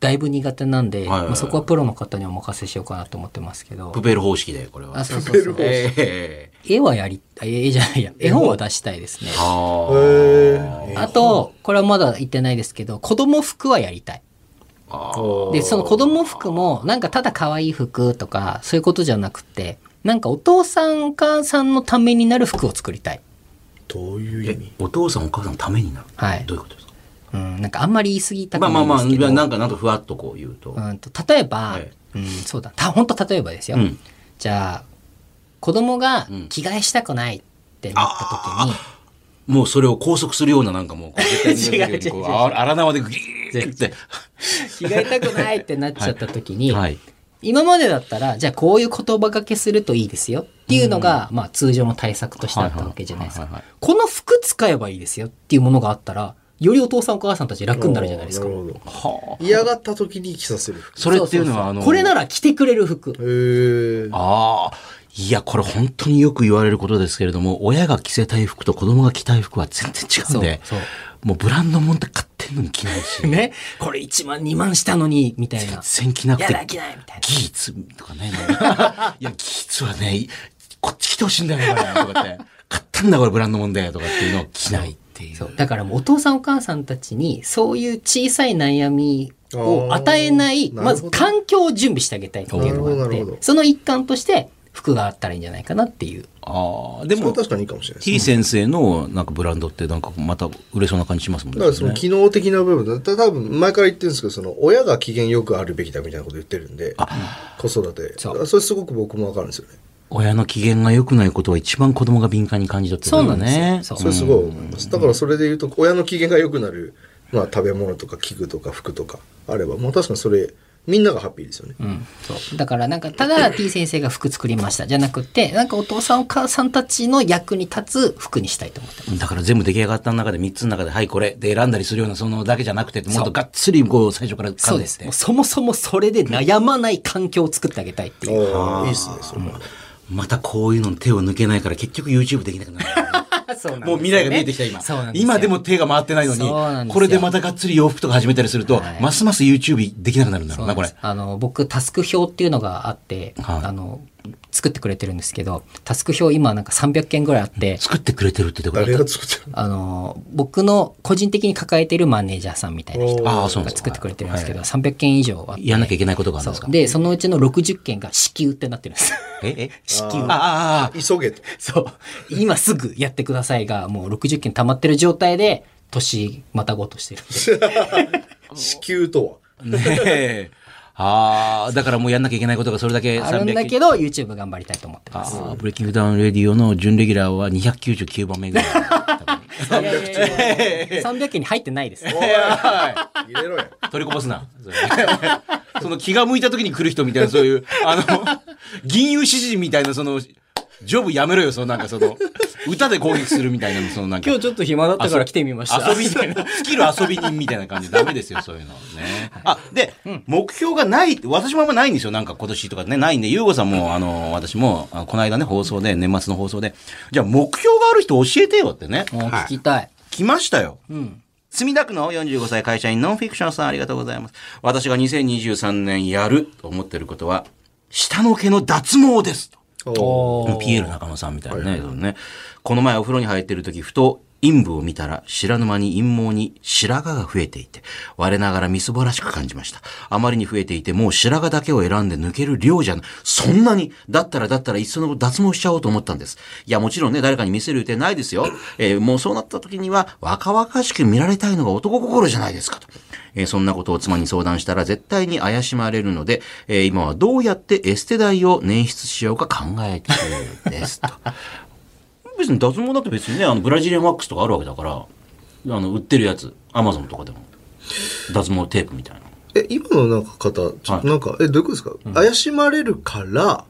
だいぶ苦手なんで、 はいはいはい、 まあ、そこはプロの方にお任せしようかなと思ってますけど。 プペル方式でこれは。 あ、そうそうそう。 えー、絵はやり、絵じゃないや、絵本は出したいですね。 ああと、これはまだ言ってないですけど、子供服はやりたい。で、その子供服も、なんかただ可愛い服とか、そういうことじゃなくて、なんかお父さんお母さんのためになる服を作りたい。 どういう意味？ お父さんお母さんのためになる。 はい。 どういうことですか？ うん、なんかあんまり言い過ぎたくないんですけど。 まあまあまあ、なんかなんかふわっとこう言うと。 うんと、例えば、 はい、 うん、そうだ、た、本当例えばですよ。うん、じゃあ、子供が着替えしたくないってなった時に、 うん、もうそれを拘束するようななんかもう、こう絶対にこう荒縄でグギーって。 着替えたくないってなっちゃった時に、 はいはい、 今までだったら、じゃあこういう言葉がけするといいですよっていうのが、うん、まあ通常の対策としてあったわけじゃないですか。この服使えばいいですよっていうものがあったら、よりお父さんお母さんたち楽になるじゃないですか。 はあ、嫌がった時に着させる服。 それっていうのはあのこれなら着てくれる服。 へえ。 ああ、いやこれ本当によく言われることですけれども、親が着せたい服と子供が着たい服は全然違うんで、そうそうもうブランドもんって買ってんのに着ないしね、これいちまんにまんしたのにみたいな。 全然着なくて。 やだ着ないみたいな。 ギーツとかね。いやギーツはね、こっち着てほしいんだよとかって、買ったんだこれブランドもんでとかっていうのを着ない。 そうだからもうお父さんお母さんたちにそういう小さい悩みを与えないまず環境を準備してあげたいっていうのがあって、その一環として服があったらいいんじゃないかなっていう。 ああ、でも確かにいいかもしれないですね。 T 先生のなんかブランドってなんかまた売れそうな感じしますもんね。 だからその機能的な部分だ多分前から言ってるんですけど、その親が機嫌よくあるべきだみたいなこと言ってるんで、子育てそ, それすごく僕も分かるんですよね。 親の機嫌が良くないことは一番子供が敏感に感じ取ってるんだね。 そうなんですよ。 それすごい思います。だからそれで言うと親の機嫌が良くなる、まあ、食べ物とか器具とか服とかあればもう確かにそれみんながハッピーですよね。 うん、そうだからなんかただ T 先生が服作りましたじゃなくて、なんかお父さんお母さんたちの役に立つ服にしたいと思ってます。 だから全部出来上がった中でみっつの中ではいこれで選んだりするようなそのだけじゃなくて、もっとがっつりこう最初から考えて。 そうです。もうそもそもそれで悩まない環境を作ってあげたいっていう。 ああいいっすねそれは。 またこういうのに手を抜けないから結局 YouTube できなくなる。 そうなんですよね、 もう未来が見えてきた今。 そうなんですよ。 今でも手が回ってないのに、これでまたがっつり洋服とか始めたりすると、はい、ますます YouTube できなくなるんだろうな、これ。 あの、僕、タスク表っていうのがあって、はい、あの、作ってくれてるんですけど、タスク表今なんかさんびゃっけんぐらいあって、 作ってくれてるってどこだった？ 誰が作ってる？ あの、僕の個人的に抱えてるマネージャーさんみたいな人が作ってくれてるんですけど、さんびゃっけん以上あって。 やんなきゃいけないことがあるんですか？ で、そのうちのろくじゅっけんが支給ってなってるんです。 ええ支給。 ああ、急げと。 そう。今すぐやってくださいが、もうろくじゅっけん溜まってる状態で、年またごとしてるんで。 支給とは。 ねえ。ああ、だからもうやんなきゃいけないことがそれだけあるんだけど YouTube 頑張りたいと思ってます。 あ、ブレイキングダウンレディオの準レギュラーはにひゃくきゅうじゅうきゅうばんめぐらい。 さんびゃく中さんびゃくけんに入ってないです。 おい入れろよ。 取りこぼすな。その気が向いた時に来る人みたいなそういうあの銀融詩人みたいなそのジョブやめろよ、そのなんかその歌で攻撃するみたいなそのなんか今日ちょっと暇だったから来てみました。 遊びみたいなスキル遊び人みたいな感じでダメですよそういうのね。あで、うん、目標がないって私もあんまないんですよ。なんか今年とかねないんで、ゆうごさんもあの私もあのこの間ね放送で年末の放送でじゃあ目標がある人教えてよってね。 聞きたい。 来ましたよ。 うん。 墨田区のよんじゅうごさい会社員ノンフィクションさんありがとうございます。私がにせんにじゅうさんねんやると思ってることは下の毛の脱毛ですと。ピエール中野さんみたいなね、はいはいね。この前お風呂に入ってる時ふと陰部を見たら知らぬ間に陰毛に白髪が増えていて我ながらみすぼらしく感じました。あまりに増えていてもう白髪だけを選んで抜ける量じゃない。そんなにだったらだったらいっその脱毛しちゃおうと思ったんです。いやもちろんね誰かに見せる予定ないですよ。えー、もうそうなった時には若々しく見られたいのが男心じゃないですかと。えー、そんなことを妻に相談したら絶対に怪しまれるので、えー、今はどうやってエステ代を捻出しようか考えているですと。別に脱毛だと別にねあのブラジリアンワックスとかあるわけだからあの売ってるやつアマゾンとかでも脱毛テープみたいな。 え今のなんか方ちょっとなんか、はい、えどういうことですか、うん、怪しまれるから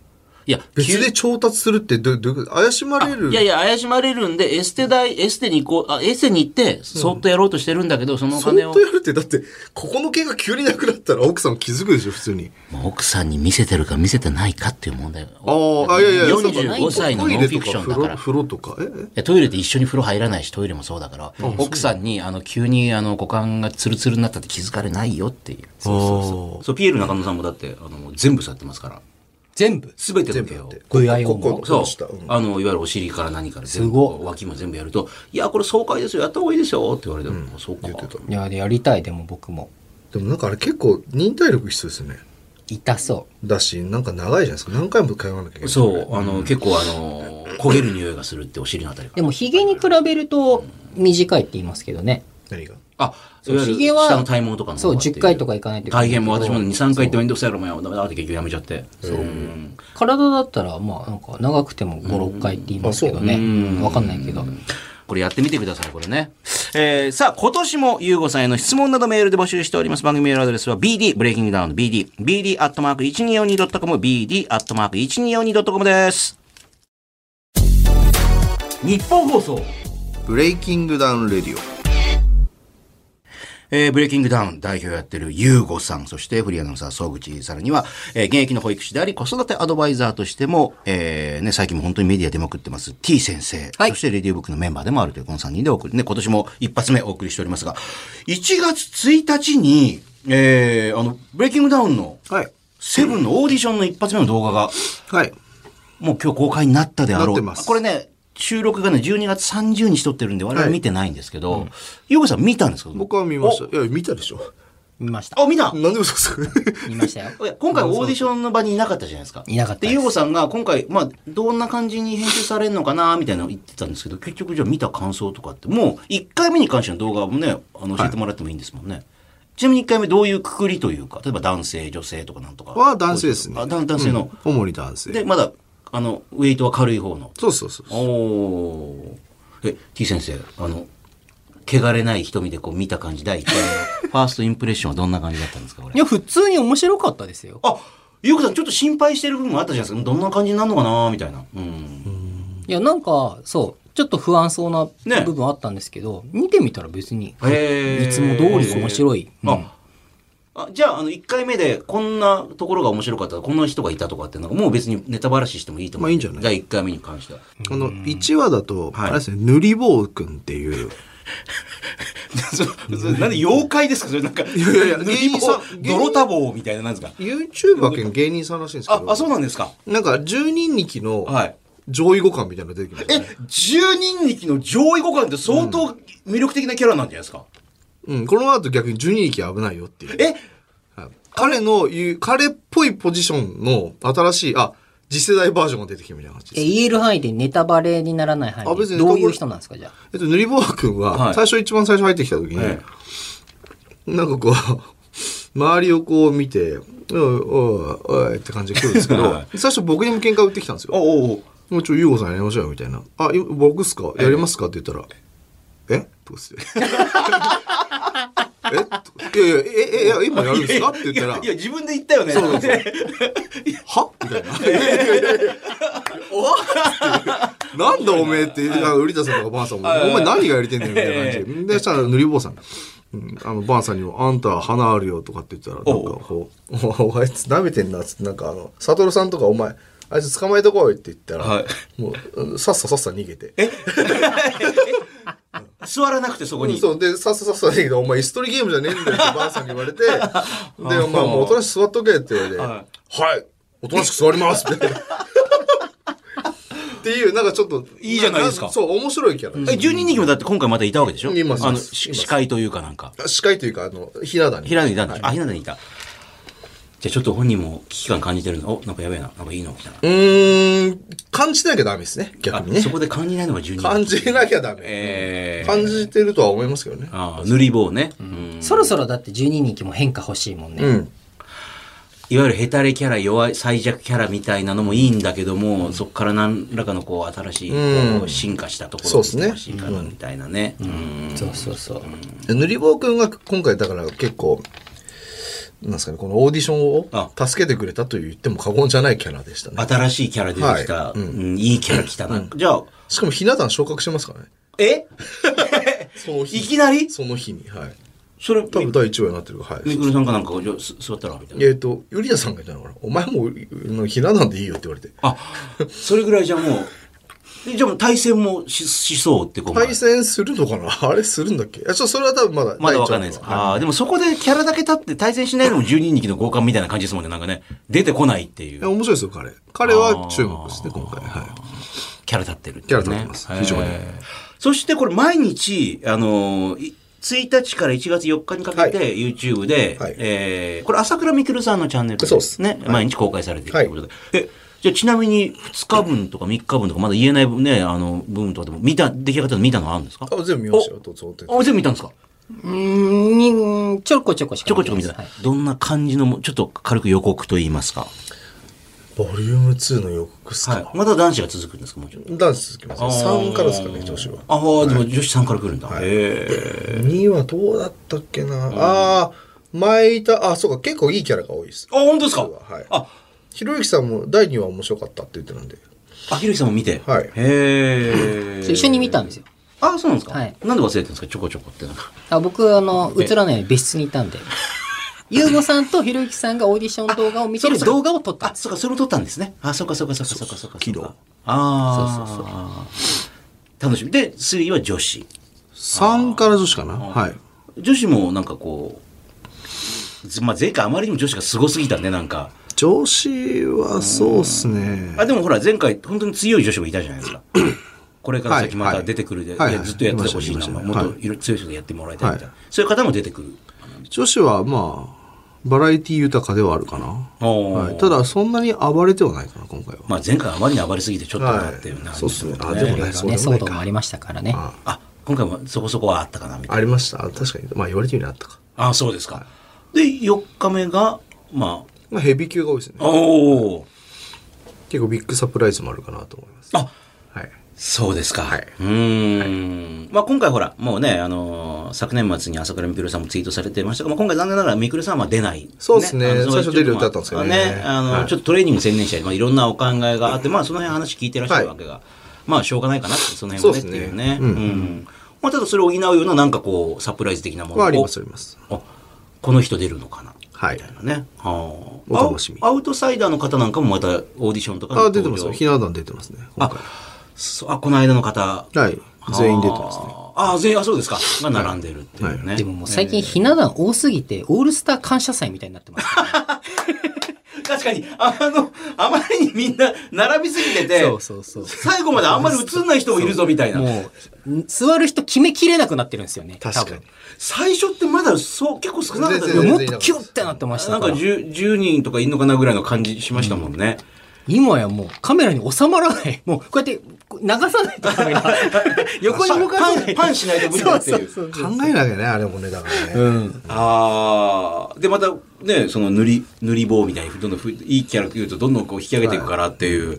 いや、 別で調達するってどどういうこと怪しまれるいやいや、怪しまれるんで、エステ代、エステに行こう、あ、エステに行って、そっとやろうとしてるんだけど、うん、そのお金を。 そっとやるって、だって、ここの毛が急になくなったら奥さん気づくでしょ、普通に。 まあ、奥さんに見せてるか見せてないかっていう問題。 ああ、いやいや、 よんじゅうごさいのノンフィクションだから。 風呂とか、えいやトイレで一緒に風呂入らないし、トイレもそうだから、うん、奥さんに、あの、急に、あの、股間がツルツルになったって気づかれないよっていう。そうそうそう。そう、ピエール中野さんもだって、あの、全部触ってますから。 全部すべての毛を。 V I O も。そう。あの、いわゆるお尻から何から全部、脇も全部やると、いや、これ爽快ですよ、やった方がいいですよって言われても、うん、そうか。 いや、やりたい、でも僕も。 でもなんかあれ結構忍耐力必要ですよね。 痛そう。 だし、なんか長いじゃないですか。何回も通わなきゃいけない。 そう。あの、うん、結構あの、焦げる匂いがするってお尻のあたりから。 でも、髭に比べると短いって言いますけどね。 何があ、いわゆる下の体毛とかのそう、じゅっかいとかいかないと大変もう私もに、さんかい行ってめんどくさいからもうダメだって結局やめちゃって。そう。 体だったら、まあ、なんか長くてもご、ろっかいって言いますけどね。わかんないけど。 これやってみてください、これね。えー、さあ、今年もゆうごさんへの質問などメールで募集しております。番組メールアドレスは ビーディー、ブレイキングダウン ビーディー、ビーディー アットマーク いちにーよんに ドットコム、ビーディー アットマーク いちにーよんに ドットコム です。日本放送。 ブレイキングダウンレディオ。 えー、ブレイキングダウン代表やってるゆうごさん、そしてフリーアナウンサー総口、さらには、えー、現役の保育士であり子育てアドバイザーとしても、えー、ね、最近も本当にメディア出まくってます T 先生、はい、そしてレディオブックのメンバーでもあるというこのさんにんでお送り、ね、今年も一発目お送りしておりますが、いちがつついたちに、えー、あの、ブレイキングダウンの、はい。セブンのオーディションの一発目の動画が、はい。もう今日公開になったであろう。 なってます。 これね、収録がね、じゅうにがつさんじゅうにち撮ってるんで、我々見てないんですけど、ゆうごさん見たんですか？ 僕は見ました。いや、見たでしょ。 見ました。 あ、見た？ なんで嘘ですか？ 見ましたよ。 今回オーディションの場にいなかったじゃないですか。 いなかったです。 で、ゆうごさんが今回、まあ、どんな感じに編集されるのかな、みたいなのを言ってたんですけど、結局じゃあ見た感想とかって、もういっかいめに関しての動画もね、あの教えてもらってもいいんですもんね。はい、ちなみにいっかいめどういうくくりというか、例えば男性、女性とかなんとか。 は男性ですね。 あ、男性の、 うん。主に男性。 で、まだ、あの、ウェイトは軽い方の。 そうそうそうそう。 おー。え、T 先生、あの、汚れない瞳でこう見た感じ、第一回のファーストインプレッションはどんな感じだったんですか、これ。 いや、普通に面白かったですよ。 あ、ゆうこさんちょっと心配してる部分もあったじゃないですか。どんな感じになるのかなみたいな。うん。 いや、なんか、そう、ちょっと不安そうな部分あったんですけど、ね、見てみたら別に、いつも通り面白い。うん、 ああじゃあ、あの、いっかいめで、こんなところが面白かったら、こんな人がいたとかっていうのが、もう別にネタばらししてもいいと思う。 まあいいんじゃない？ だいいっかいめに関しては。 あの、いちわだと、はい、あれですね、塗り棒くんっていう。 なんで妖怪ですかそれなんか。いやいやいや、芸人さん。泥多棒みたいな、なんですか ?YouTuber 兼芸人さんらしいんですけど。 あ、あ、そうなんですか。 なんか、十人力の、上位互換みたいなの出てきました、ね。 え、十人力の上位互換って相当魅力的なキャラなんじゃないですか。 うん、うん、この後逆に十人力危ないよっていう。 え彼の言う、彼っぽいポジションの新しい、あ、次世代バージョンが出てきたみたいな感じです。 え、言える範囲でネタバレにならない範囲で。どういう人なんですか、じゃあ。 えっと、塗り棒くんは、最初、一番最初入ってきた時に、はい、なんかこう、周りをこう見て、おいおいおいって感じで来るんですけど、最初僕にも喧嘩売ってきたんですよ。おおおもうちょ、ゆうごさんやりましょうよ、みたいな。あ、僕っすかやりますかって言ったら、えとかって。えいやいや、え、え、いや、今やるんですかって言ったら。 いや、自分で言ったよね。そうそうそう。 はみたいな。いやいやいやいやなんだおめえって、売田さんとかバンさんも、お前何がやりてんねんみたいな感じで。で、したら塗り坊さん。うん、あの、バンさんにも、あんた花あるよとかって言ったら、なんかこう、おあいつ舐めてんなっつって、なんかあの、サトルさんとかお前、あいつ捕まえてこいって言ったら、はい、もう、さっささっさ逃げて。え座らなくてそこに。 そう。で、さっささっさ逃げて、お前、椅子取りゲームじゃねえんだよってばあさんに言われて、で、お前、もうおとなしく座っとけって言われて、はい、はい、おとなしく座りますって。っていう、なんかちょっと。 いいじゃないですか。 そう、面白いキャラ。 え、じゅうににきもだって今回またいたわけでしょ？ います。 あの、司会というかなんか。 司会というか、あの、ひな壇に。 ひな壇にいたんだ。あ、ひな壇にいた。じゃあちょっと本人も危機感感じてるの。お、なんかやべえな。なんかいいのみたいな。 うーん、感じなきゃダメですね。逆にね。 そこで感じないのがじゅうににき。 感じなきゃダメ。えー、感じてるとは思いますけどね。 ああ、塗り棒ね。 うん、そろそろだってじゅうににきも変化欲しいもんね。うん。 いわゆるヘタレキャラ、弱い、最弱キャラみたいなのもいいんだけども、うん、そこから何らかのこう新しい、うん、進化したところを見てほしいかなみたいなね。 そうそうそう。 塗り棒くんが今回だから結構、 なんですかね、このオーディションを助けてくれたと言っても過言じゃないキャラでしたね。 新しいキャラ出てきた。はい、うん、いいキャラ来たな。うん、じゃあ。 しかもひな壇昇格してますからね。 えその日。 いきなりその日に。はい。 それ、 多分だいいちわになってるから。はい。 みくるさんかなんか、じゃあ座ったらみたいな。 えっと、ゆりやさんが言ったのかな。お前もひな壇でいいよって言われて。 あ、それぐらいじゃもう。じゃあもう対戦も し, しそうってこと対戦するのかなあれするんだっけいやちょそれは多分まだまだわかんないです。はい、ああ、でもそこでキャラだけ立って対戦しないのもじゅうににきの交換みたいな感じですもんね。なんかね、出てこないっていう。いや、面白いですよ、彼。彼は注目ですね、今回。はい。 キャラ立ってるって、ね。 キャラ立ってます。非常に。 そしてこれ毎日、あのー、ついたちからいちがつよっかにかけて、はい、YouTube で、はい、えー、これ朝倉未来さんのチャンネルでですね、はい、毎日公開されているということで。はい、じゃあちなみにふつかぶんとかみっかぶんとかまだ言えないね、あの、部分とかでも見た、出来上がったの見たのあるんですか？ あ、全部見ましたよ、どうぞ。 あ、全部見たんですか？ うーん、ちょこちょこしかちょこちょこ見た。はい、どんな感じの、ちょっと軽く予告と言いますか。 ボリュームツーの予告っすか、はい、 また男子が続くんですか？もうちょっと男子続きます。さんからですかね、女子は。 ああ、はい、でも女子さんから来るんだ。はい、 へー。にはどうだったっけな、うん、ああ、前いた、あ、そうか、結構いいキャラが多いです。 あ、本当ですか？ はい。あ、ひろゆきさんもだいにわ面白かったって言ってたんで。 あ、ひろゆきさんも見て。 はい。 へー。 一緒に見たんですよ。 あ、そうなんですか？ はい。 なんで忘れてるんですか？ちょこちょこってなんか。 あ、僕、あの、映らないように別室にいたんで。ゆうごさんとひろゆきさんがオーディション動画を見てる動画を撮った。 あ、そうか、それを撮ったんですね。あ、そうか、そうか、そうか、そうか、そうか。 昨日。 ああ。そうそうそう。楽しみ。で、スリーは女子。 さんから女子かな。はい。 女子もなんかこう、まあ前回あまりにも女子がすごすぎたね、なんか。 女子はそうっすね。 あ、でもほら、前回本当に強い女子もいたじゃないですか。これから先また出てくるで、はいはい、ずっとやってほしいな、はい、もっと強い人でやってもらいたいみたいな、はい、そういう方も出てくる。 女子はまあバラエティ豊かではあるかな、はい、ただそんなに暴れてはないかな今回は。 まあ前回あまりに暴れすぎてちょっとなっていう、はい、 そうですね。 あでもね、騒動もありましたからね。 あ, あ今回もそこそこはあったかなみたいな。 ありました。確かにまあ言われてみればあったか。 あそうですか。はい、でよっかめがまあ、 まあ、ヘビー級が多いですね。 おお、はい、 結構ビッグサプライズもあるかなと思います。 あはい。そうですか。 はい、 うん、はい、まあ今回ほらもうねあのー、昨年末に朝倉未来さんもツイートされてましたが、まあ、今回残念ながら未来さんは出ない、ね、 そうですね。最初出る予定だったんですけどね。 ねあの、はい、ちょっとトレーニング専念したり、まあ、いろんなお考えがあってまあその辺話聞いてらっしゃるわけが、はい、まあしょうがないかなってその辺はねっていうね。うん、うん、まあただそれを補うようななんかこうサプライズ的なものをありますあります。 あこの人出るのかな。 はい、 みたいなね。はあ、お楽しみ。 アウトサイダーの方なんかもまたオーディションとかあ出てますよ。ひな壇出てますね。今回。 ああこの間の方。 はい。全員出てますね。 ああ全員あそうですか。が並んでるっていうね。はいはい、 でももう最近ひな壇多すぎてオールスター感謝祭みたいになってます、ね。 確かにあのあまりにみんな並びすぎててそうそうそう最後まであんまり映んない人もいるぞみたいな。 もう座る人決めきれなくなってるんですよね。 確かに。 最初ってまだそう結構少なかったですよ。もっとキュッてなってましたから。 なんか 10, じゅうにんとかいんのかなぐらいの感じしましたもんね。 うん、今やもうカメラに収まらない。もうこうやって流さないとカメラ横に動かさない。 パンしないと無理だっていう。 そうそうそうそう考えなきゃねあれもねだからね。 うん、ああでまたねその塗り塗り棒みたいにどんどんいいキャラ言うとどんどんこう引き上げていくからっていう。はい、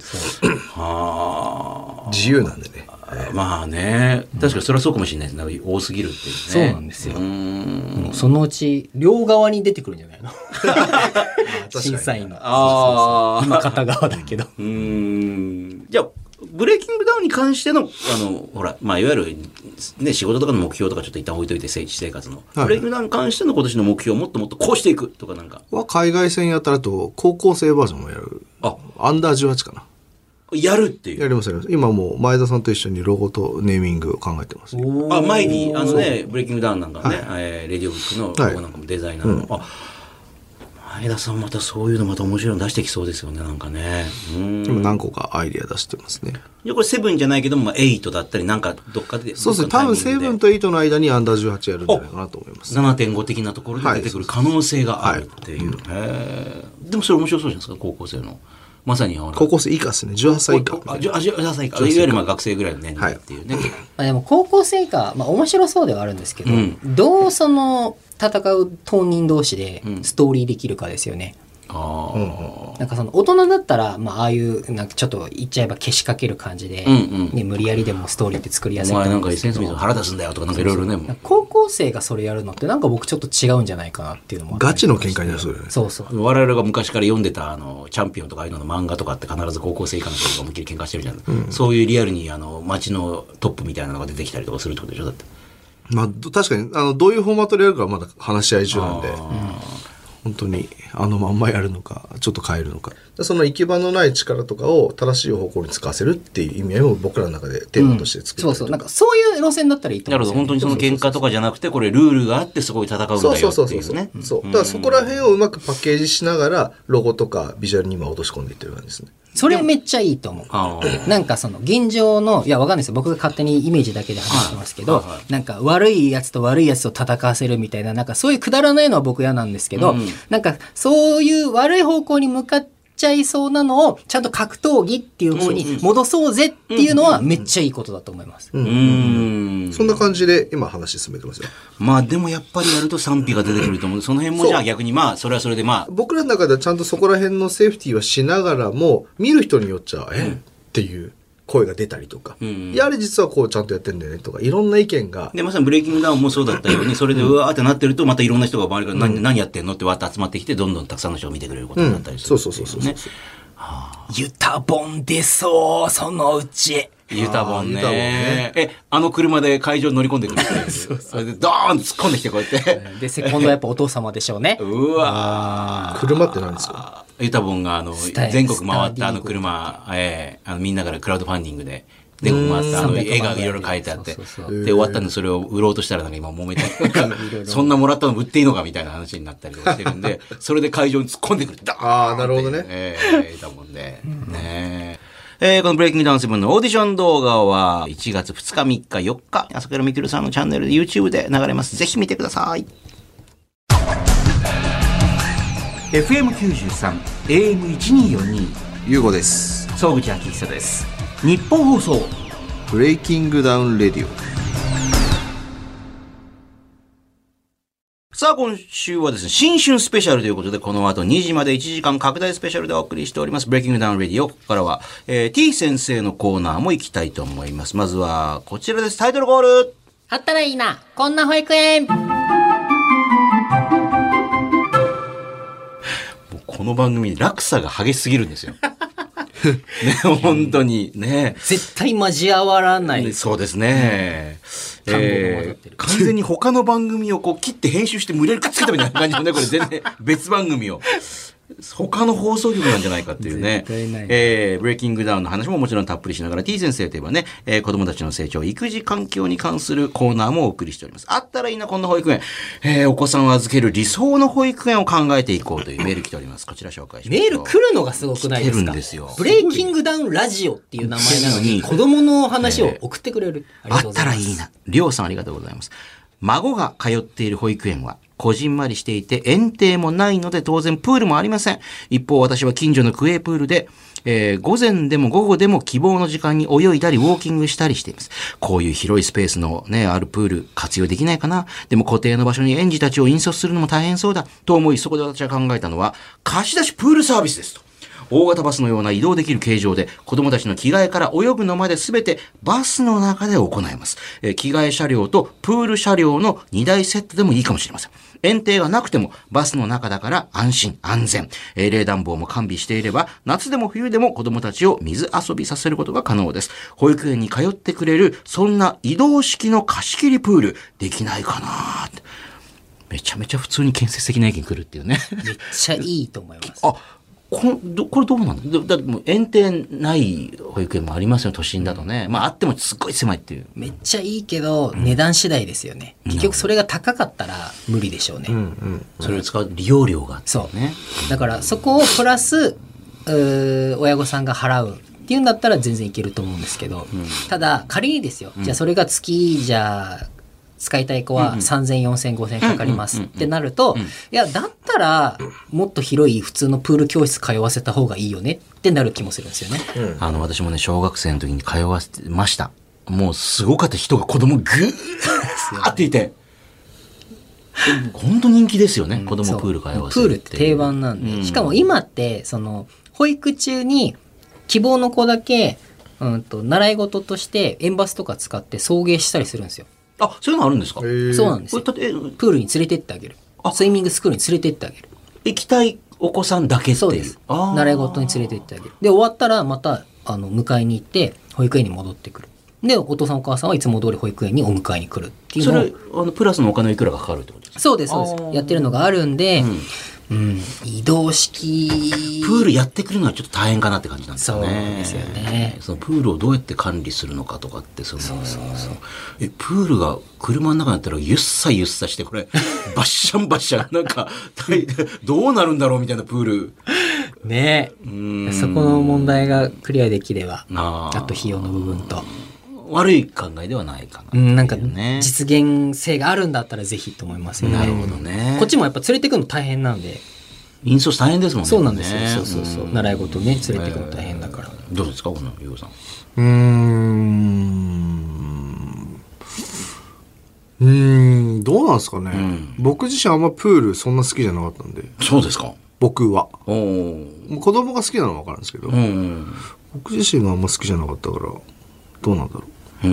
はあ自由なんでね。 まあね確かにそれはそうかもしれないですね。多すぎるっていうね。 そうなんですよ。もうそのうち両側に出てくるんじゃないの審査員の。ああ今片側だけど。 うんじゃあブレイキングダウンに関してのあのほらまあいわゆるね仕事とかの目標とかちょっと一旦置いといて政治生活の、はい、ブレイキングダウンに関しての今年の目標をもっともっとこうしていくとかなんかは海外戦やったらと高校生バージョンもやる。あアンダーじゅうはちかな。 やるっていうやりますやります。今もう前田さんと一緒にロゴとネーミングを考えてます。 あ前にあのねブレイキングダウンなんかね、はいえー、レディオブックのロゴなんかもデザイナーの、はいうん、あ前田さんまたそういうのまた面白いの出してきそうですよねなんかね。うん今何個かアイディア出してますね。 いやこれセブンじゃないけども、まあ、エイトだったりなんかどっかでそうですね多分セブンとエイトの間にアンダーじゅうはちやるんじゃないかなと思います。 ななてんご 的なところで出てくる可能性があるっていう、はいはいへでもそれ面白そうじゃないですか高校生のまさに高校生以下ですねじゅうはっさい以下あじゅうはっさい以下いわゆるまあ学生ぐらいの年齢っていうね、はい、 まあでも高校生以下、まあ、面白そうではあるんですけど、うん、どうその戦う当人同士でストーリーできるかですよね。 うん、あなんかその大人だったら、まあ、ああいうなんかちょっと言っちゃえばけしかける感じで、 うんうんね、無理やりでもストーリーって作りやすいとお前なんか思うんですけどセンス見ると腹立つんだよとかなんかいろいろね。 高校生がそれやるのってなんか僕ちょっと違うんじゃないかなっていうのもあったりガチの喧嘩になるそれね。 そうそう我々が昔から読んでたあのチャンピオンとかああいうのの漫画とかって必ず高校生以下の人が思いっきり喧嘩してるじゃん、うん、そういうリアルにあの街のトップみたいなのが出てきたりとかするってことでしょだって。 まあ確かにあのどういうフォーマットでやるかはまだ話し合い中なんで、本当にあのまんまやるのかちょっと変えるのか、その行き場のない力とかを正しい方向に使わせるっていう意味合いも僕らの中でテーマとして作って、 うん、そうそうなんかそういう路線だったらいいと思うんですよ、ね、 なるほど。本当にその喧嘩とかじゃなくてこれルールがあってそこに戦うんだよっていうね。 そうそうそうそうそうだからそこら辺をうまくパッケージしながらロゴとかビジュアルに今落とし込んでいってる感じですね。 それめっちゃいいと思う。なんかその現状のいやわかんないですよ、僕が勝手にイメージだけで話してますけど、はいはいはい、なんか悪いやつと悪いやつと戦わせるみたいな、なんかそういうくだらないのは僕嫌なんですけど、うん、なんかそういう悪い方向に向かってちゃいそうなのをちゃんと格闘技っていう方に戻そうぜっていうのはめっちゃいいことだと思います。 うんうんうん、そんな感じで今話進めてますよ。 まあでもやっぱりやると賛否が出てくると思う。その辺もじゃあ逆にまあそれはそれでまあ僕らの中ではちゃんとそこら辺のセーフティーはしながらも見る人によっちゃえ、うん、っていう声が出たりとか、うんうん、いやあれ実はこうちゃんとやってんだよねとかいろんな意見がでまさにブレイキングダウンもそうだったようにそれでうわーってなってるとまたいろんな人が周りから何、うん、何やってんのってわーって集まってきてどんどんたくさんの人が見てくれることになったりする、 うん、そうそうそうそうそう、 はあ、ユタボン出そうそのうちユタボンね。ねえ、あの車で会場に乗り込んでくるってそうそうそれでドーンと突っ込んできてこうやってでセコンドはやっぱお父様でしょうねうわ車って何ですか。 ユタボンがあの全国回ったあの車、えー、あのみんなからクラウドファンディングで全国回ったあの絵がいろいろ書いてあってで終わったんでそれを売ろうとしたらなんか今揉めてそんなもらったの売っていいのかみたいな話になったりとかしてるんでそれで会場に突っ込んでくるああなるほどねえー、ユタボンでねえー、このブレイキングダウンセブンのオーディション動画はいちがつふつかみっかよっか朝倉未来さんのチャンネルで YouTube で流れます。ぜひ見てください。 エフエムきゅうじゅうさん エーエムせんにひゃくよんじゅうにゆうごです。 総口昭久です。日本放送ブレイキングダウンレディオ。 さあ今週はですね新春スペシャルということでこの後にじまでいちじかん拡大スペシャルでお送りしておりますブレイキングダウンレディオ。ここからは、えー、T 先生のコーナーも行きたいと思います。まずはこちらです。タイトルコールあったらいいなこんな保育園。もうこの番組落差が激しすぎるんですよね、本当にね絶対交わらない、 そうですね、うん、えー、完全に他の番組をこう切って編集して無理やりくっつけたみたいな感じのねこれ全然別番組を他の放送局なんじゃないかっていうね。えー、ブレイキングダウンの話ももちろんたっぷりしながら T 先生といえばね、えー、子供たちの成長、育児環境に関するコーナーもお送りしております。あったらいいなこんな保育園、えー、お子さんを預ける理想の保育園を考えていこうというメール来ております。こちら紹介します。 メール来るのがすごくないですか。来てるんですよ。ブレイキングダウンラジオっていう名前なのに子供の話を送ってくれる、 えー、あ, あったらいいな。りょうさんありがとうございます。孫が通っている保育園はこじんまりしていて園庭もないので当然プールもありません。一方私は近所の区営プールで、えー、午前でも午後でも希望の時間に泳いだりウォーキングしたりしています。こういう広いスペースのねあるプール活用できないかな。でも固定の場所に園児たちを引率するのも大変そうだと思い、そこで私は考えたのは貸し出しプールサービスですと。大型バスのような移動できる形状で子供たちの着替えから泳ぐのまで全てバスの中で行います。えー、着替え車両とプール車両のにだいセットでもいいかもしれません。園庭がなくてもバスの中だから安心安全、えー、冷暖房も完備していれば夏でも冬でも子供たちを水遊びさせることが可能です。保育園に通ってくれるそんな移動式の貸し切りプールできないかなって。めちゃめちゃ普通に建設的な意見来るっていうね。 めっちゃいいと思います。 あこ, どこれどうなんだ。だってもう園庭ない保育園もありますよ都心だとね。まああってもすっごい狭いっていう。 めっちゃいいけど、うん、値段次第ですよね。結局それが高かったら無理でしょうね。うんうんうん、それを使う利用料があってね。 そうだからそこをプラスう親御さんが払うっていうんだったら全然いけると思うんですけど、うん、ただ仮にですよ、うん、じゃあそれが月じゃあ使いたい子はさんぜん、よんせん、ごせんかかりますってなると、いやだったらもっと広い普通のプール教室通わせた方がいいよねってなる気もするんですよね。 うん、あの私もね小学生の時に通わせてました。もうすごかった。人が子供ぐーっていて本当人気ですよね、うん、子供プール通わせるプールって定番なんで、うん、しかも今ってその保育中に希望の子だけ、うん、と習い事として園バスとか使って送迎したりするんですよ。 あ、そういうのあるんですか？ そうなんですよ。プールに連れてってあげる、スイミングスクールに連れてってあげる、 行きたいお子さんだけっていう。 そうです。習い事に連れてってあげる。で終わったらまたあの迎えに行って保育園に戻ってくる。でお父さんお母さんはいつも通り保育園にお迎えに来るっていうのを。それあのプラスのお金いくらかかかるってことですか？ そうですそうです。やってるのがあるんで、うんうん、移動式プールやってくるのはちょっと大変かなって感じなんですよね。 そうですよね。 そのプールをどうやって管理するのかとかってそのそうそうそうえプールが車の中になったらゆっさゆっさしてこれバッシャンバッシャンなんかどうなるんだろうみたいなプールねえ、うんそこの問題がクリアできればあと費用の部分と悪い考えではないかな、 うん、なんか実現性があるんだったらぜひと思いますよね。 なるほどね。 こっちもやっぱ連れてくるの大変なんで。 引率大変ですもんね。 そうなんですよ。そうそうそう。習い事ね連れてくるの大変だから。 どうですかこのゆうさん。 うーんうーんどうなんですかね、うん、僕自身あんまプールそんな好きじゃなかったんで。 そうですか。 僕はお子供が好きなのは分かるんですけど、うん、僕自身があんま好きじゃなかったからどうなんだろう。うん、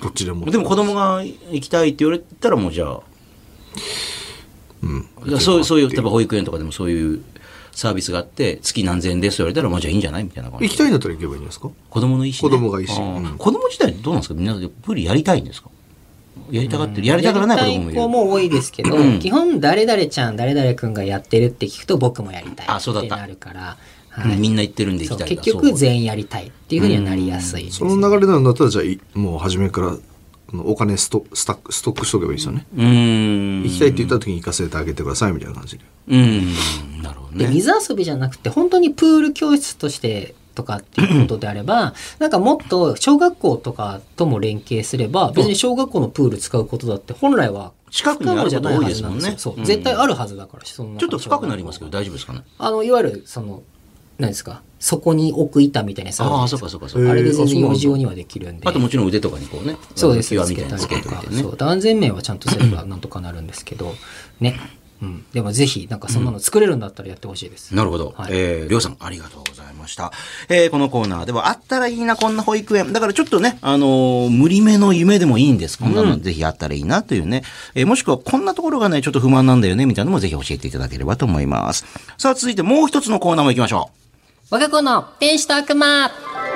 どっちでも。 でも子供が行きたいって言われたらもうじゃあ、うん、そうそういう例えば保育園とかでもそういうサービスがあって月何千円ですと言われたらまあじゃあいいんじゃないみたいな感じ。 行きたいんだったら行けばいいんですか。 子供の意思、ね、 子供が意思、 うん、子供自体どうなんですか。みんなでプールやりたいんですか。やりたがってる、やりたがらない子供もいる。 やりたい子も多いですけど、うん、基本誰々ちゃん誰々くんがやってるって聞くと僕もやりたいってなるから。 はい、みんな言ってるんで行きたい。 結局全員やりたいっていうふうにはなりやすいです、 ね、その流れなんだったらじゃあもう初めからお金ストスタックストックしとけばいいですよね。うん行きたいって言った時に行かせてあげてくださいみたいな感じで。 うんなるほどね。 で水遊びじゃなくて本当にプール教室としてとかっていうことであればなんかもっと小学校とかとも連携すれば別に小学校のプール使うことだって本来は近くにあること多いですもんね。 そう、うん、絶対あるはずだからそんなちょっと深くなりますけど大丈夫ですかね。 あのいわゆるその何ですかそこに置く板みたいなやつあるじゃないですか。 ああそうかそうかそうか。 あれで全然幼児用にはできるんで。 あともちろん腕とかにこうね。 そうです。 際みたいにつけておいてね。 そう安全面はちゃんとすればなんとかなるんですけどね。うん、でもぜひなんかそんなの作れるんだったらやってほしいです、 うん、なるほど、はい、えー、りょうさんありがとうございました、えー、このコーナーではあったらいいなこんな保育園だからちょっとね、あのー、無理めの夢でもいいんですこんなのぜひあったらいいなというね、えー、もしくはこんなところがねちょっと不満なんだよねみたいなのもぜひ教えていただければと思います。さあ続いてもう一つのコーナーも行きましょう。我が子の天使と悪魔。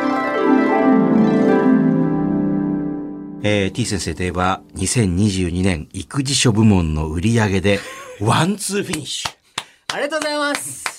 えー、T 先生といえばにせんにじゅうにねん育児書部門の売り上げでワンツーフィニッシュ。 ありがとうございます。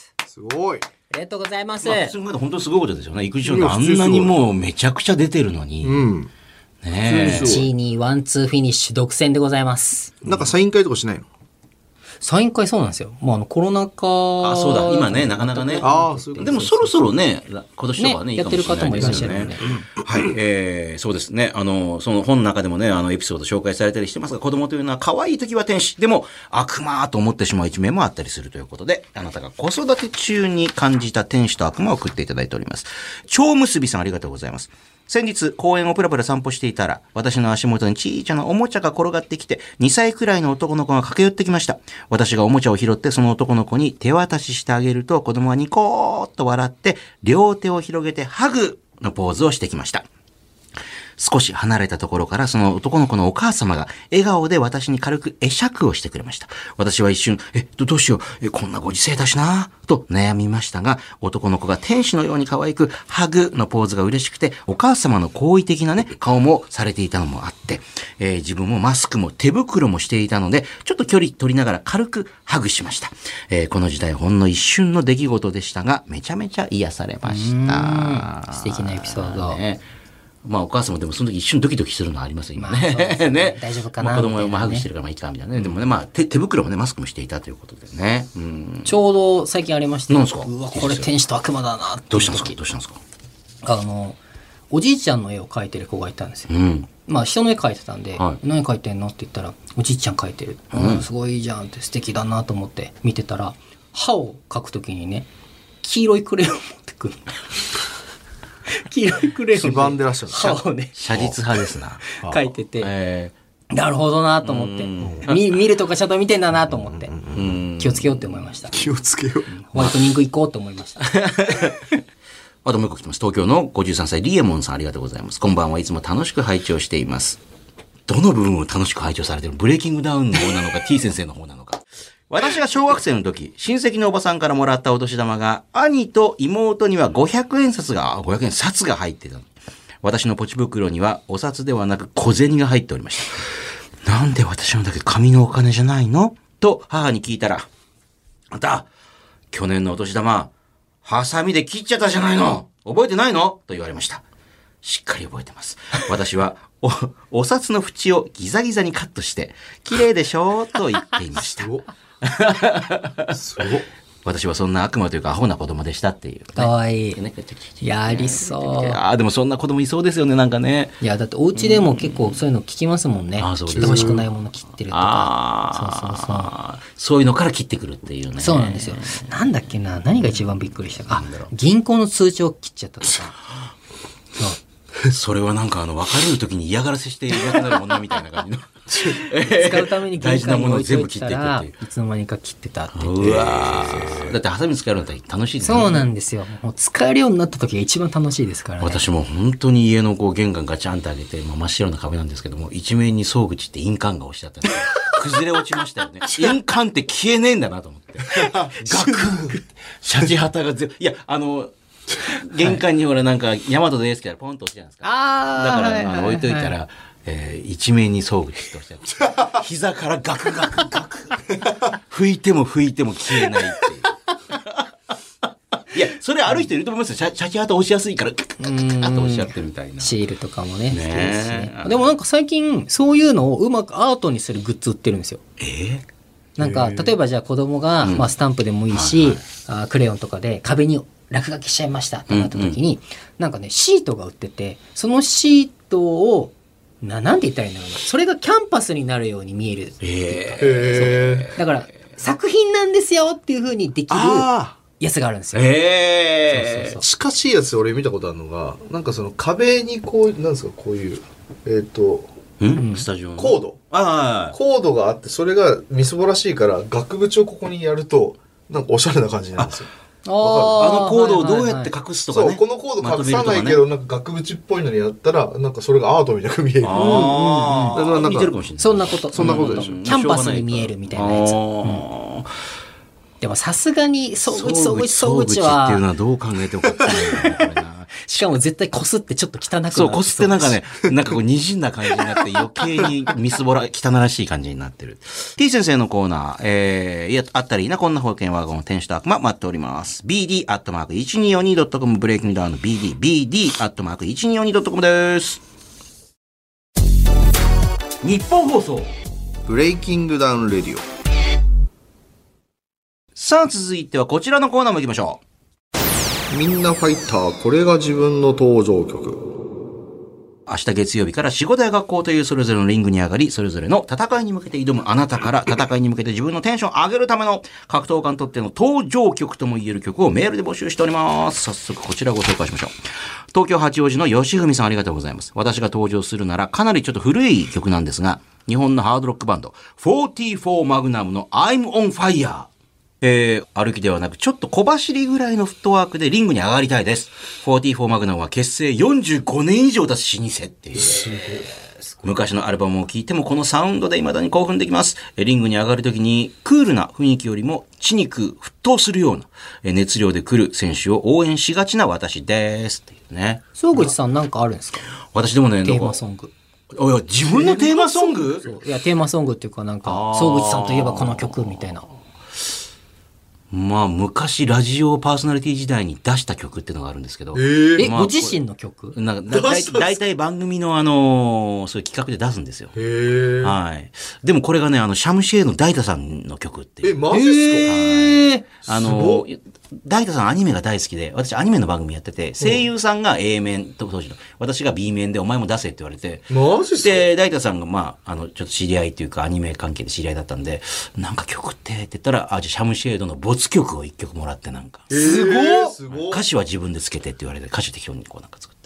すごい。 ありがとうございます。 まあ、本当にすごいことですよね。育児書があんなにもうめちゃくちゃ出てるのに。うん。 ねえ。いちいにワンツーフィニッシュ独占でございます。 なんかサイン会とかしないの？ サイン会そうなんですよ。もうあのコロナ禍。 あ、そうだ。今ね、なかなかね。ああ、そういうことでもそろそろね、今年とかね、ねいいかもしれないですよね。やってる方もいらっしゃるんで。はい、えー、そうですね。あの、その本の中でもね、あのエピソード紹介されたりしてますが、子供というのは可愛い時は天使、でも悪魔と思ってしまう一面もあったりするということで、あなたが子育て中に感じた天使と悪魔を送っていただいております。蝶結びさんありがとうございます。先日公園をプラプラ散歩していたら私の足元に小さなおもちゃが転がってきてにさいくらいの男の子が駆け寄ってきました。私がおもちゃを拾ってその男の子に手渡ししてあげると子供はニコーッと笑って両手を広げてハグのポーズをしてきました。少し離れたところからその男の子のお母様が笑顔で私に軽く会釈をしてくれました。私は一瞬、え、どうしよう、え、こんなご時世だしなと悩みましたが、男の子が天使のように可愛くハグのポーズが嬉しくて、お母様の好意的なね、顔もされていたのもあって、えー、自分もマスクも手袋もしていたので、ちょっと距離取りながら軽くハグしました。えー、この時代ほんの一瞬の出来事でしたが、めちゃめちゃ癒されました。 素敵なエピソード。 ね、まあお母さんもでもその時一瞬ドキドキするのはありますよ今ね。まあ、ねね大丈夫かな、 まあ、子供はハグしてるからまあいいかみたいなね。でもねまあ 手, 手袋もねマスクもしていたということでね。うん、 ちょうど最近ありました。 なんですか。 うわこれ天使と悪魔だなって。 どうしたんですか。どうしたんですか。 あのおじいちゃんの絵を描いてる子がいたんですよ。うん、まあ人の絵描いてたんで、はい、何描いてんのって言ったらおじいちゃん描いてる。うん、すごいいいじゃんって素敵だなと思って見てたら歯を描くときにね黄色いクレヨン持ってくる。黄色いクレヨンで歯をね写実派ですな書いてて、 えー、 なるほどなと思って見見るとかちゃんと見てんだなと思って気をつけようって思いました。 気をつけよう。 ホワイトニング行こうと思いました。 あともう一個来てます。東京のごじゅうさんさいリエモンさん、ありがとうございます。こんばんはいつも楽しく拝聴しています。どの部分を楽しく拝聴されてるの？ブレイキングダウンの方なのかT 先生の方なのか。私が小学生の時、親戚のおばさんからもらったお年玉が、兄と妹にはごひゃくえん札が、ごひゃくえん札が入ってた。私のポチ袋にはお札ではなく小銭が入っておりました。なんで私のだけ紙のお金じゃないの？と母に聞いたら、あんた、去年のお年玉、ハサミで切っちゃったじゃないの？覚えてないの？と言われました。しっかり覚えてます。私はお、お札の縁をギザギザにカットして、綺麗でしょ？と言っていました。 すごっ。 私はそんな悪魔というかアホな子供でしたっていう、ね。 かわいい。やりそう。 ああ、でもそんな子供いそうですよね、なんかね。 いや、だってお家でも結構そういうの聞きますもんね。 あ、そうです。 切ってほしくないもの切ってるとか。 あそうそうそう。 そういうのから切ってくるっていうね。 そうなんですよ。なんだっけな、何が一番びっくりしたか。あ、銀行の通帳切っちゃったとか。そう。 それはなんかあの別れる時に嫌がらせしていなくなる女みたいな感じの使うために大事なものを全部切っていくっていう。 いつの間にか切ってたっていう。 うわだってハサミ使えるのって楽しいですね。 そうなんですよ。もう使えるようになった時が一番楽しいですからね。 私も本当に家のこう玄関ガチャンって開けて、まあ、真っ白な壁なんですけども、一面に総口って印鑑が押してあったんです崩れ落ちましたよね。印鑑って消えねえんだなと思って。ガクッシャチハタが全部いやあの玄関にほらなんか大和ですけどポンと押すじゃないですか。 あだから、 はいはいはい、 あの置いといたら、えー、一面に総口として膝からガクガクガク拭いても拭いても消えないっていう。いやそれある人いると思いますよ。シャチハタ押しやすいからガクガクガクと押しちゃってるみたいな。 シールとかもね。 ねですね。でもなんか最近そういうのをうまくアートにするグッズ売ってるんですよ。 えーなんか例えばじゃあ子供が、まあ、スタンプでもいいし、はいはい、あクレヨンとかで壁に落書きしちゃいましたってなった時に、うんうん、なんかねシートが売っててそのシートをななんて言ったらいいんだろうなそれがキャンパスになるように見える。 へだから作品なんですよっていう風にできるやつがあるんですよ。 へえ。近しいやつ俺見たことあるのがなんかその壁にこうなんですかこういうえっ、ー、とんスタジオのコードあコードがあってそれがみすぼらしいから額縁をここにやるとなんかおしゃれな感じになるんですよ。 あ, あのコードをどうやって隠すとかね、 はいはいはい、そうこのコード隠さないけど、まね、なんか額縁っぽいのにやったらなんかそれがアートみたいに見える。 ああ、見てるかもしれない。 そんなことそんなことでしょ、うん、 キャンパスに見えるみたいなやつ、うん、でもさすがに総口総口総口はっていうのはどう考えてもかっこいいなこれな。 しかも絶対こすってちょっと汚くなる。 そう、こすってなんかね、なんかこう滲んだ感じになって余計にみすぼら、汚らしい感じになってる。T 先生のコーナー、えー、いや、あったらいいな、こんな保険ワゴン、天使と悪魔待っております。ビーディー アットマーク いちにーよんに ドットコム ブレイキングダウンの ビーディー、ビーディー アットマーク いちにーよんに ドットコム です。日本放送。 ブレイキングダウンレディオ。 さあ、続いてはこちらのコーナーも行きましょう。 みんなファイター、これが自分の登場曲。 明日月曜日から仕事や学校というそれぞれのリングに上がり、それぞれの戦いに向けて挑むあなたから戦いに向けて自分のテンションを上げるための格闘家にとっての登場曲とも言える曲をメールで募集しております。早速こちらをご紹介しましょう。東京八王子の吉文さんありがとうございます。私が登場するならかなりちょっと古い曲なんですが、日本のハードロックバンドフォーティーフォーマグナムの I'm on Fire。えー、歩きではなくちょっと小走りぐらいのフットワークでリングに上がりたいです。フォーティーフォーマグナムは結成よんじゅうごねん以上経つ老舗っていう。昔のアルバムを聴いてもこのサウンドで未だに興奮できます。リングに上がるときにクールな雰囲気よりも血肉沸騰するような熱量で来る選手を応援しがちな私ですっていうね。 総口さんなんかあるんですか？ 私でもね、 テーマソング。 いや自分のテーマソング？ そういやテーマソングっていうかなんか総口さんといえばこの曲みたいな。 まあ昔ラジオパーソナリティ時代に出した曲っていうのがあるんですけど、 えーまあ、ご自身の曲なんかだだいだいたい番組のあのそういう企画で出すんですよ。 へー、 はい。でもこれがねあのシャムシェーのダイタさんの曲っていう。 えマジですか？はい、あのダイタさんアニメが大好きで私アニメの番組やってて声優さんが A 面と当時の私が B 面でお前も出せって言われて、 マジっすか？ でダイタさんがまああのちょっと知り合いというかアニメ関係で知り合いだったんでなんか曲ってって言ったらあじゃあシャムシェードの没曲を一曲もらってなんか、 えー、すごっ歌詞は自分でつけてって言われて歌詞適当にこうなんか作って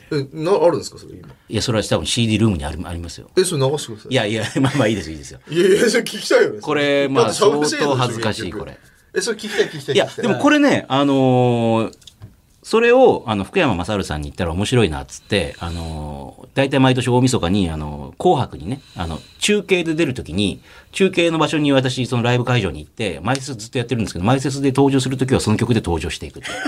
え、な、あるんですかそれ今。 いや、それは多分 シーディー ルームにありありますよ。 え、それ流してください。 いやいや、まあまあいいです、いいですよ。 いやいや、それ聞きたいよね。 これ、まあ、相当恥ずかしい、これ。 え、それ聞きたい、聞きたい。 いや、でもこれね、あのー、それを、あの、福山雅治さんに言ったら面白いな、っつって、あのー、大体毎年大晦日に、あの、紅白にね、あの、中継で出るときに、中継の場所に私、そのライブ会場に行って、前説ずっとやってるんですけど、前説で登場するときはその曲で登場していくっていう。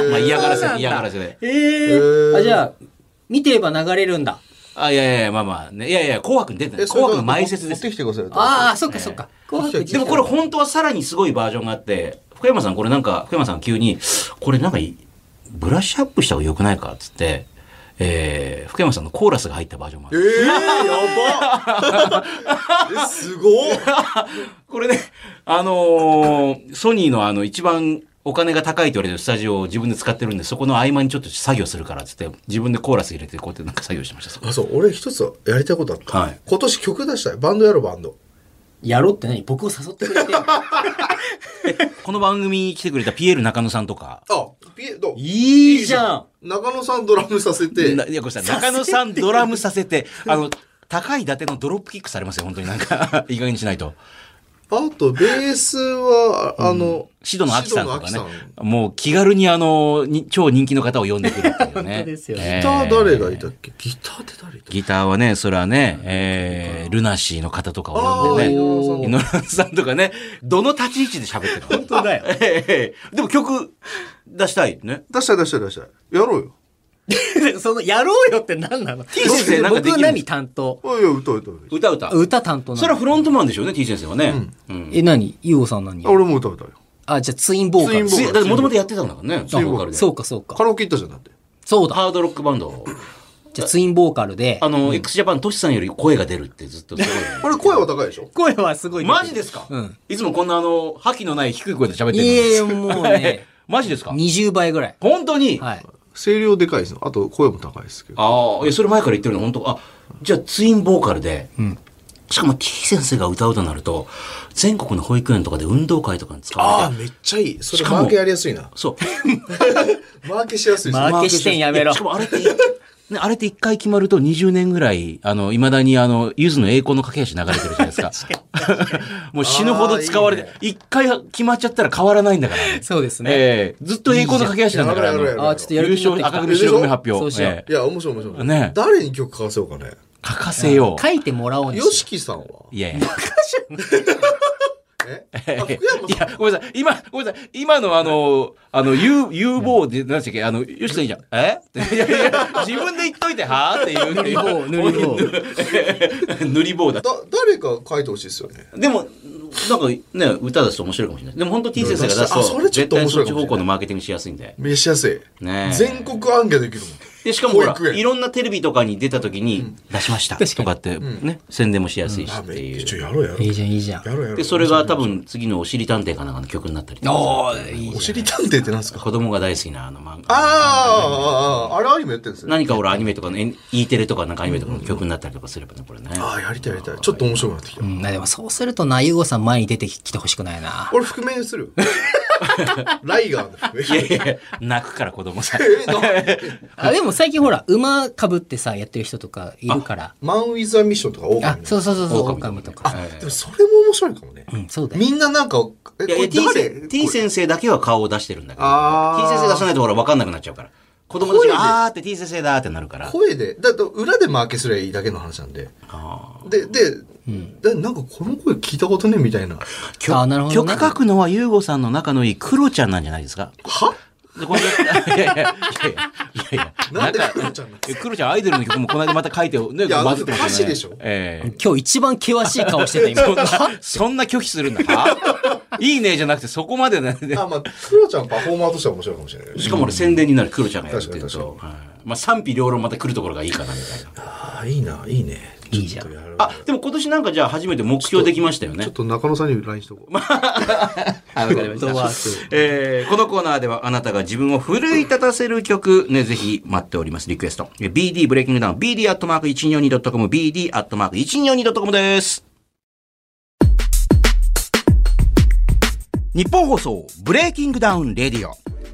まあ嫌がらせで、嫌がらせで。 えー、あ、じゃあ、見てれば流れるんだ。 あ、いやいや、まあまあね。いやいや、紅白に出てない。紅白の前説です。 持ってきてください。 ああ、そっかそっか。紅白でもこれ本当はさらにすごいバージョンがあって、福山さんこれなんか、福山さん急に、これなんかブラッシュアップした方が良くないかっつって、えー、福山さんのコーラスが入ったバージョンもある。 えー、やばえ、すごっこれね、あのー、ソニーのあの一番お金が高いと言われるスタジオを自分で使ってるんで、そこの合間にちょっと作業するからっつって、自分でコーラス入れてこうやってなんか作業してました。 あ、そう、俺一つやりたいことあった。はい、今年曲出したい。バンドやろう、バンド。 やろうって何？僕を誘ってくれてるこの番組に来てくれたピエール中野さんとか。 あ、ピエどういいじゃん。 中野さんドラムさせて。 いや、これさ、中野さんドラムさせて、あの、高い伊達のドロップキックされますよ、本当になんか、いい加減にしないと。 あと、ベースは、あの、 シドのアキさんとかね。もう気軽にあの、超人気の方を呼んでくるっていうね。 本当ですよね。 ギター誰がいたっけ？ギターって誰いたっけ？ ギターはね、それはね、えー、ルナシーの方とかを呼んでね。井上さんとかね、どの立ち位置で喋ってる本当だよ。 でも曲出したいね。 出したい出したい出したい。やろうよ。 その、やろうよって何なの？ T 先生なんかできる？ 僕何担当？ いや、歌歌歌歌。 歌担当なの？ それはフロントマンでしょうね、T 先生はね。 うん、え、何？ユーゴさん何？ 俺も歌歌うよ。 あ、じゃあツインボーカル。 ツインボーカル。だってもともとやってたんだからね。 ツインボーカルで。そうかそうか。 カラオケ行ったじゃん、だって。 そうだ。 ハードロックバンド。 じゃあツインボーカルで。 あの、x ジャパントシさんより声が出るってずっとすごい。 これ声は高いでしょ？ 声はすごい。 マジですか？うん。いつもこんなあの、覇気のない低い声で喋ってるの。 いやいや、もうね。 マジですか？ にじゅうばいぐらい。 本当に？ はい。 声量でかいですよ。あと声も高いですけど。 ああ、いや、それ前から言ってるの、本当。あ、じゃあツインボーカルで、うん、しかも T 先生が歌うとなると、全国の保育園とかで運動会とかに使われて。 ああ、めっちゃいい。それマーケやりやすいな。 そう。 マーケしやすいです。 マーケ視点やめろ。 しかもあれって、ね、あれって一回決まるとにじゅうねんぐらい、あの、未だにあの、ゆずの栄光の架け橋流れてるじゃないですか。もう死ぬほど使われて、一回決まっちゃったら変わらないんだから、ね。 そうですね。 ええー、ずっと栄光の架け橋なんだから、 ああ、ちょっとやる優勝、赤組白組発表。 そうしよう。 えー、いや、面白い面白い。 ね。 誰に曲書かせようかね。 書かせよう。 書いてもらおうに。 よしきさんは？ いやいや。えいや、ごめんなさい。今、ごめんなさい。今のあの、あの、有、有望で、何でしたっけあの、よしさんいいじゃん。えいやいや、自分で言っといて、はぁっていう。 塗り棒、塗り棒。塗り棒だ。 だ、誰か書いてほしいですよね。 でも、なんかね、歌出すと面白いかもしれない。でも本当 T 先生が出すと、 それちょっと面白い絶対そっち方向のマーケティングしやすいんで。 しやすい。ね全国アンケートできるもん。 で、しかもほら、いろんなテレビとかに出た時に、出しましたとかってね、宣伝もしやすいしっていう。 ちょ、やろうやろう。 いいじゃん、いいじゃん。 やろうやろう。 で、それが多分次のおしり探偵かなんかの曲になったり。 ああ、いい。 おしり探偵って何ですか？ 子供が大好きなあの漫画。ああ、あれアニメやってるんですね。 何か俺アニメとかの E テレとかなんかアニメとかの曲になったりとかすればね、これね。 ああ、やりたいやりたい。ちょっと面白くなってきた。 うん、でもそうするとな、ゆうごさん前に出てきてほしくないな。 俺覆面にする。ライガーの覆面。 いやいや、泣くから子供さ。 あ、でも最近ほら、馬かぶってさ、やってる人とかいるから。 マン・ウィザ・ミッションとかオオカミ。 あ、そうそうそうそう、オオカミとか。 あ、でもそれも面白いかもね。 うん、そうだよ。みんななんか、 いやいや、T, T 先生だけは顔を出してるんだけど、T 先生出さないとほら分かんなくなっちゃうから。子供たちが、あーって T 先生だーってなるから。 声で、だって裏でマーケすればいいだけの話なんで。で、で、うん、でなんかこの声聞いたことねみたいな。 あ、なるほど、 ね。曲書くのはユーゴさんの仲のいいクロちゃんなんじゃないですか。 はでこれいやいやいやいやいやなんでクロちゃんなんですか。 クロちゃんアイドルの曲もこの間また書いてね、 いや混ぜてましたね。歌詞でしょ。 えー、今日一番険しい顔してた今。 そんなそんな拒否するんだ。はいいねじゃなくてそこまでなんで。 あ、まあクロちゃんパフォーマーとしては面白いかもしれない。 しかも俺宣伝になるクロちゃんがやってると、はい、まあ賛否両論また来るところがいいかなみたいな。 ああいいな、いいね。 いいじゃん。 あ、でも今年なんかじゃあ初めて目標できましたよね。 ちょっと中野さんに ライン しとこう。 わかりました。えー、このコーナーではあなたが自分を奮い立たせる曲ね、ぜひ待っております。リクエスト。ビーディー ブレイキングダウン ビーディー アットマーク いちにーよんに ドットコム ビーディー アットマーク いちにーよんに ドットコム です。日本放送ブレイキングダウンレディオ。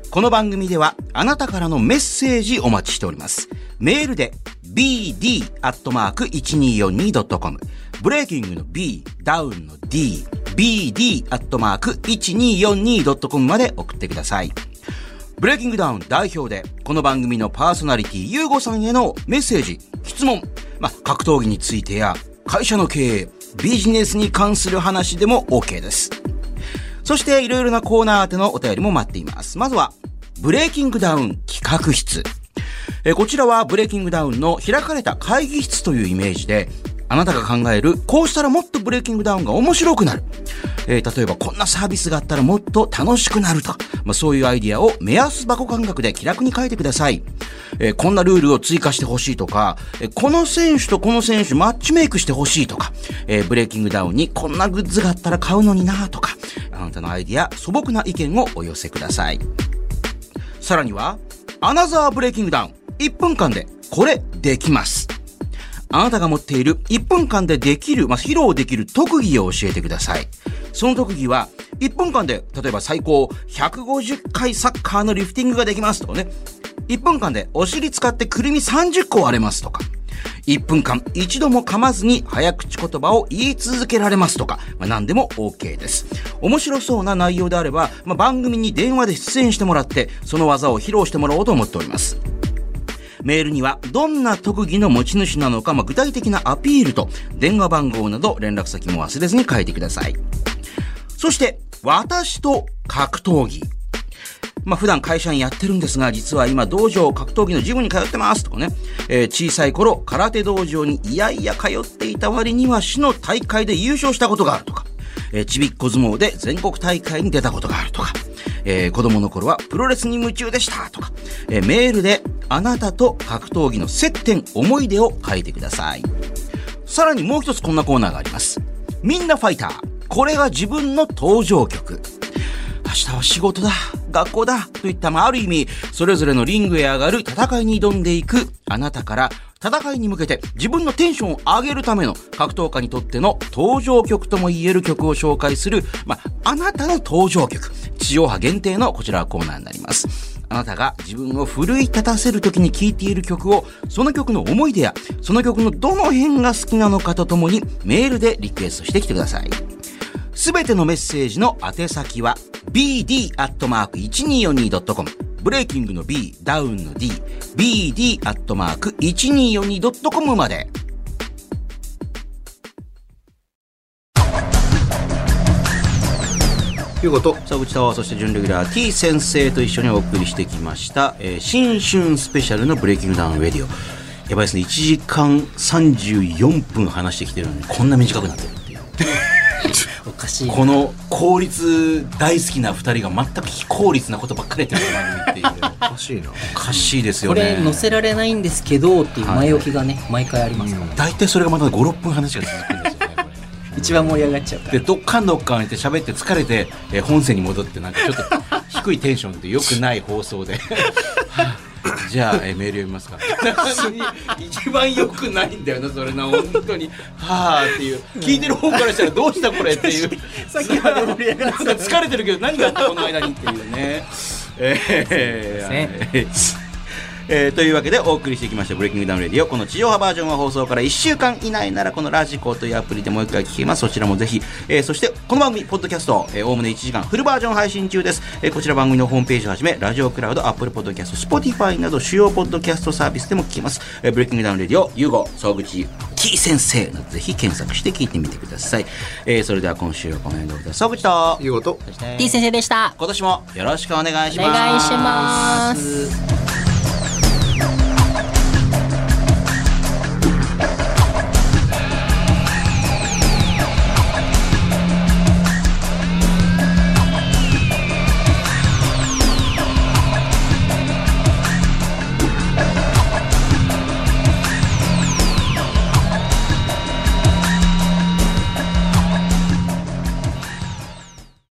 この番組ではあなたからのメッセージお待ちしております。メールで ビーディー アットマーク いちにーよんに ドットコム ブレイキングの B、ダウンの D、ビーディー アットマーク いちにーよんに ドットコム まで送ってください。ブレイキングダウン代表でこの番組のパーソナリティゆうごさんへのメッセージ、質問、まあ、格闘技についてや会社の経営、ビジネスに関する話でも OK です。そしていろいろなコーナー宛てのお便りも待っています。まずはブレイキングダウン企画室。えこちらはブレイキングダウンの開かれた会議室というイメージで、あなたが考えるこうしたらもっとブレイキングダウンが面白くなる、えー、例えばこんなサービスがあったらもっと楽しくなると、まあ、そういうアイディアを目安箱感覚で気楽に書いてください。えー、こんなルールを追加してほしいとか、えー、この選手とこの選手マッチメイクしてほしいとか、えー、ブレイキングダウンにこんなグッズがあったら買うのになとか、あなたのアイディア、素朴な意見をお寄せください。さらにはアナザーブレイキングダウン、いっぷんかんでこれできます。あなたが持っているいっぷんかんでできる、まあ、披露できる特技を教えてください。その特技はいっぷんかんで、例えば最高ひゃくごじゅっかいサッカーのリフティングができますとかね。いっぷんかんでお尻使ってくるみさんじゅっこ割れますとか。いっぷんかん一度も噛まずに早口言葉を言い続けられますとか、まあ、何でも OK です。面白そうな内容であれば、まあ、番組に電話で出演してもらってその技を披露してもらおうと思っております。メールにはどんな特技の持ち主なのか、まあ、具体的なアピールと電話番号など連絡先も忘れずに書いてください。そして私と格闘技、まあ、普段会社にやってるんですが、実は今道場格闘技のジムに通ってますとかね、えー、小さい頃空手道場にいやいや通っていた割には市の大会で優勝したことがあるとか、えー、ちびっこ相撲で全国大会に出たことがあるとか、えー、子供の頃はプロレスに夢中でしたとか、えー、メールであなたと格闘技の接点、思い出を書いてください。さらにもう一つこんなコーナーがあります。みんなファイター。これが自分の登場曲。明日は仕事だ、学校だといった、まあ、ある意味それぞれのリングへ上がる戦いに挑んでいくあなたから、戦いに向けて自分のテンションを上げるための格闘家にとっての登場曲とも言える曲を紹介する、まあ、あなたの登場曲、地上波限定のこちらはコーナーになります。あなたが自分を奮い立たせる時に聴いている曲を、その曲の思い出やその曲のどの辺が好きなのかとともにメールでリクエストしてきてください。すべてのメッセージの宛先は ビーディー アットマーク いちにーよんに ドットコム、ブレイキングの B、ダウンの D、ビーディー アットマーク いちにーよんに ドットコム まで。 いうこと沢口と、そして準レギュラー T 先生と一緒にお送りしてきました、えー、新春スペシャルのブレイキングダウンレディオ。やばいですね、いちじかんさんじゅうよんぷん話してきてるのにこんな短くなってるっていうおかしい。 この効率大好きなふたりが全く非効率なことばっかりやってる番組っていうおかしいな。 おかしいですよね。 これ載せられないんですけどっていう前置きがね、はい、毎回ありますから、ね、 大体それがまたご、ろっぷん話が続くんですよねこれ一番盛り上がっちゃうからで、どっかんどっかんって喋って疲れて、えー、本線に戻ってなんかちょっと低いテンションって良くない放送でじゃあ、えー、メール読みますか一番良くないんだよなそれな、本当にはぁっていう、聞いてる方からしたらどうしたこれっていうさっきまで盛り上がってなんか疲れてるけど何があったこの間にっていうねえーえー、というわけでお送りしてきましたブレイキングダウンレディオ。この地上波バージョンは放送からいっしゅうかん以内ならこのラジコというアプリでもう一回聞けます。そちらもぜひ、えー、そしてこの番組ポッドキャストおおむねいちじかんフルバージョン配信中です。えー、こちら番組のホームページをはじめラジオクラウド、アップルポッドキャスト、スポティファイなど主要ポッドキャストサービスでも聞けます。えー、ブレイキングダウンレディオ、ユーゴ、総口 T 先生などぜひ検索して聞いてみてください。えー、それでは今週はこの辺でございます。総口とユーゴと T 先生でした。 今年もよろしくお願いします。 お願いします。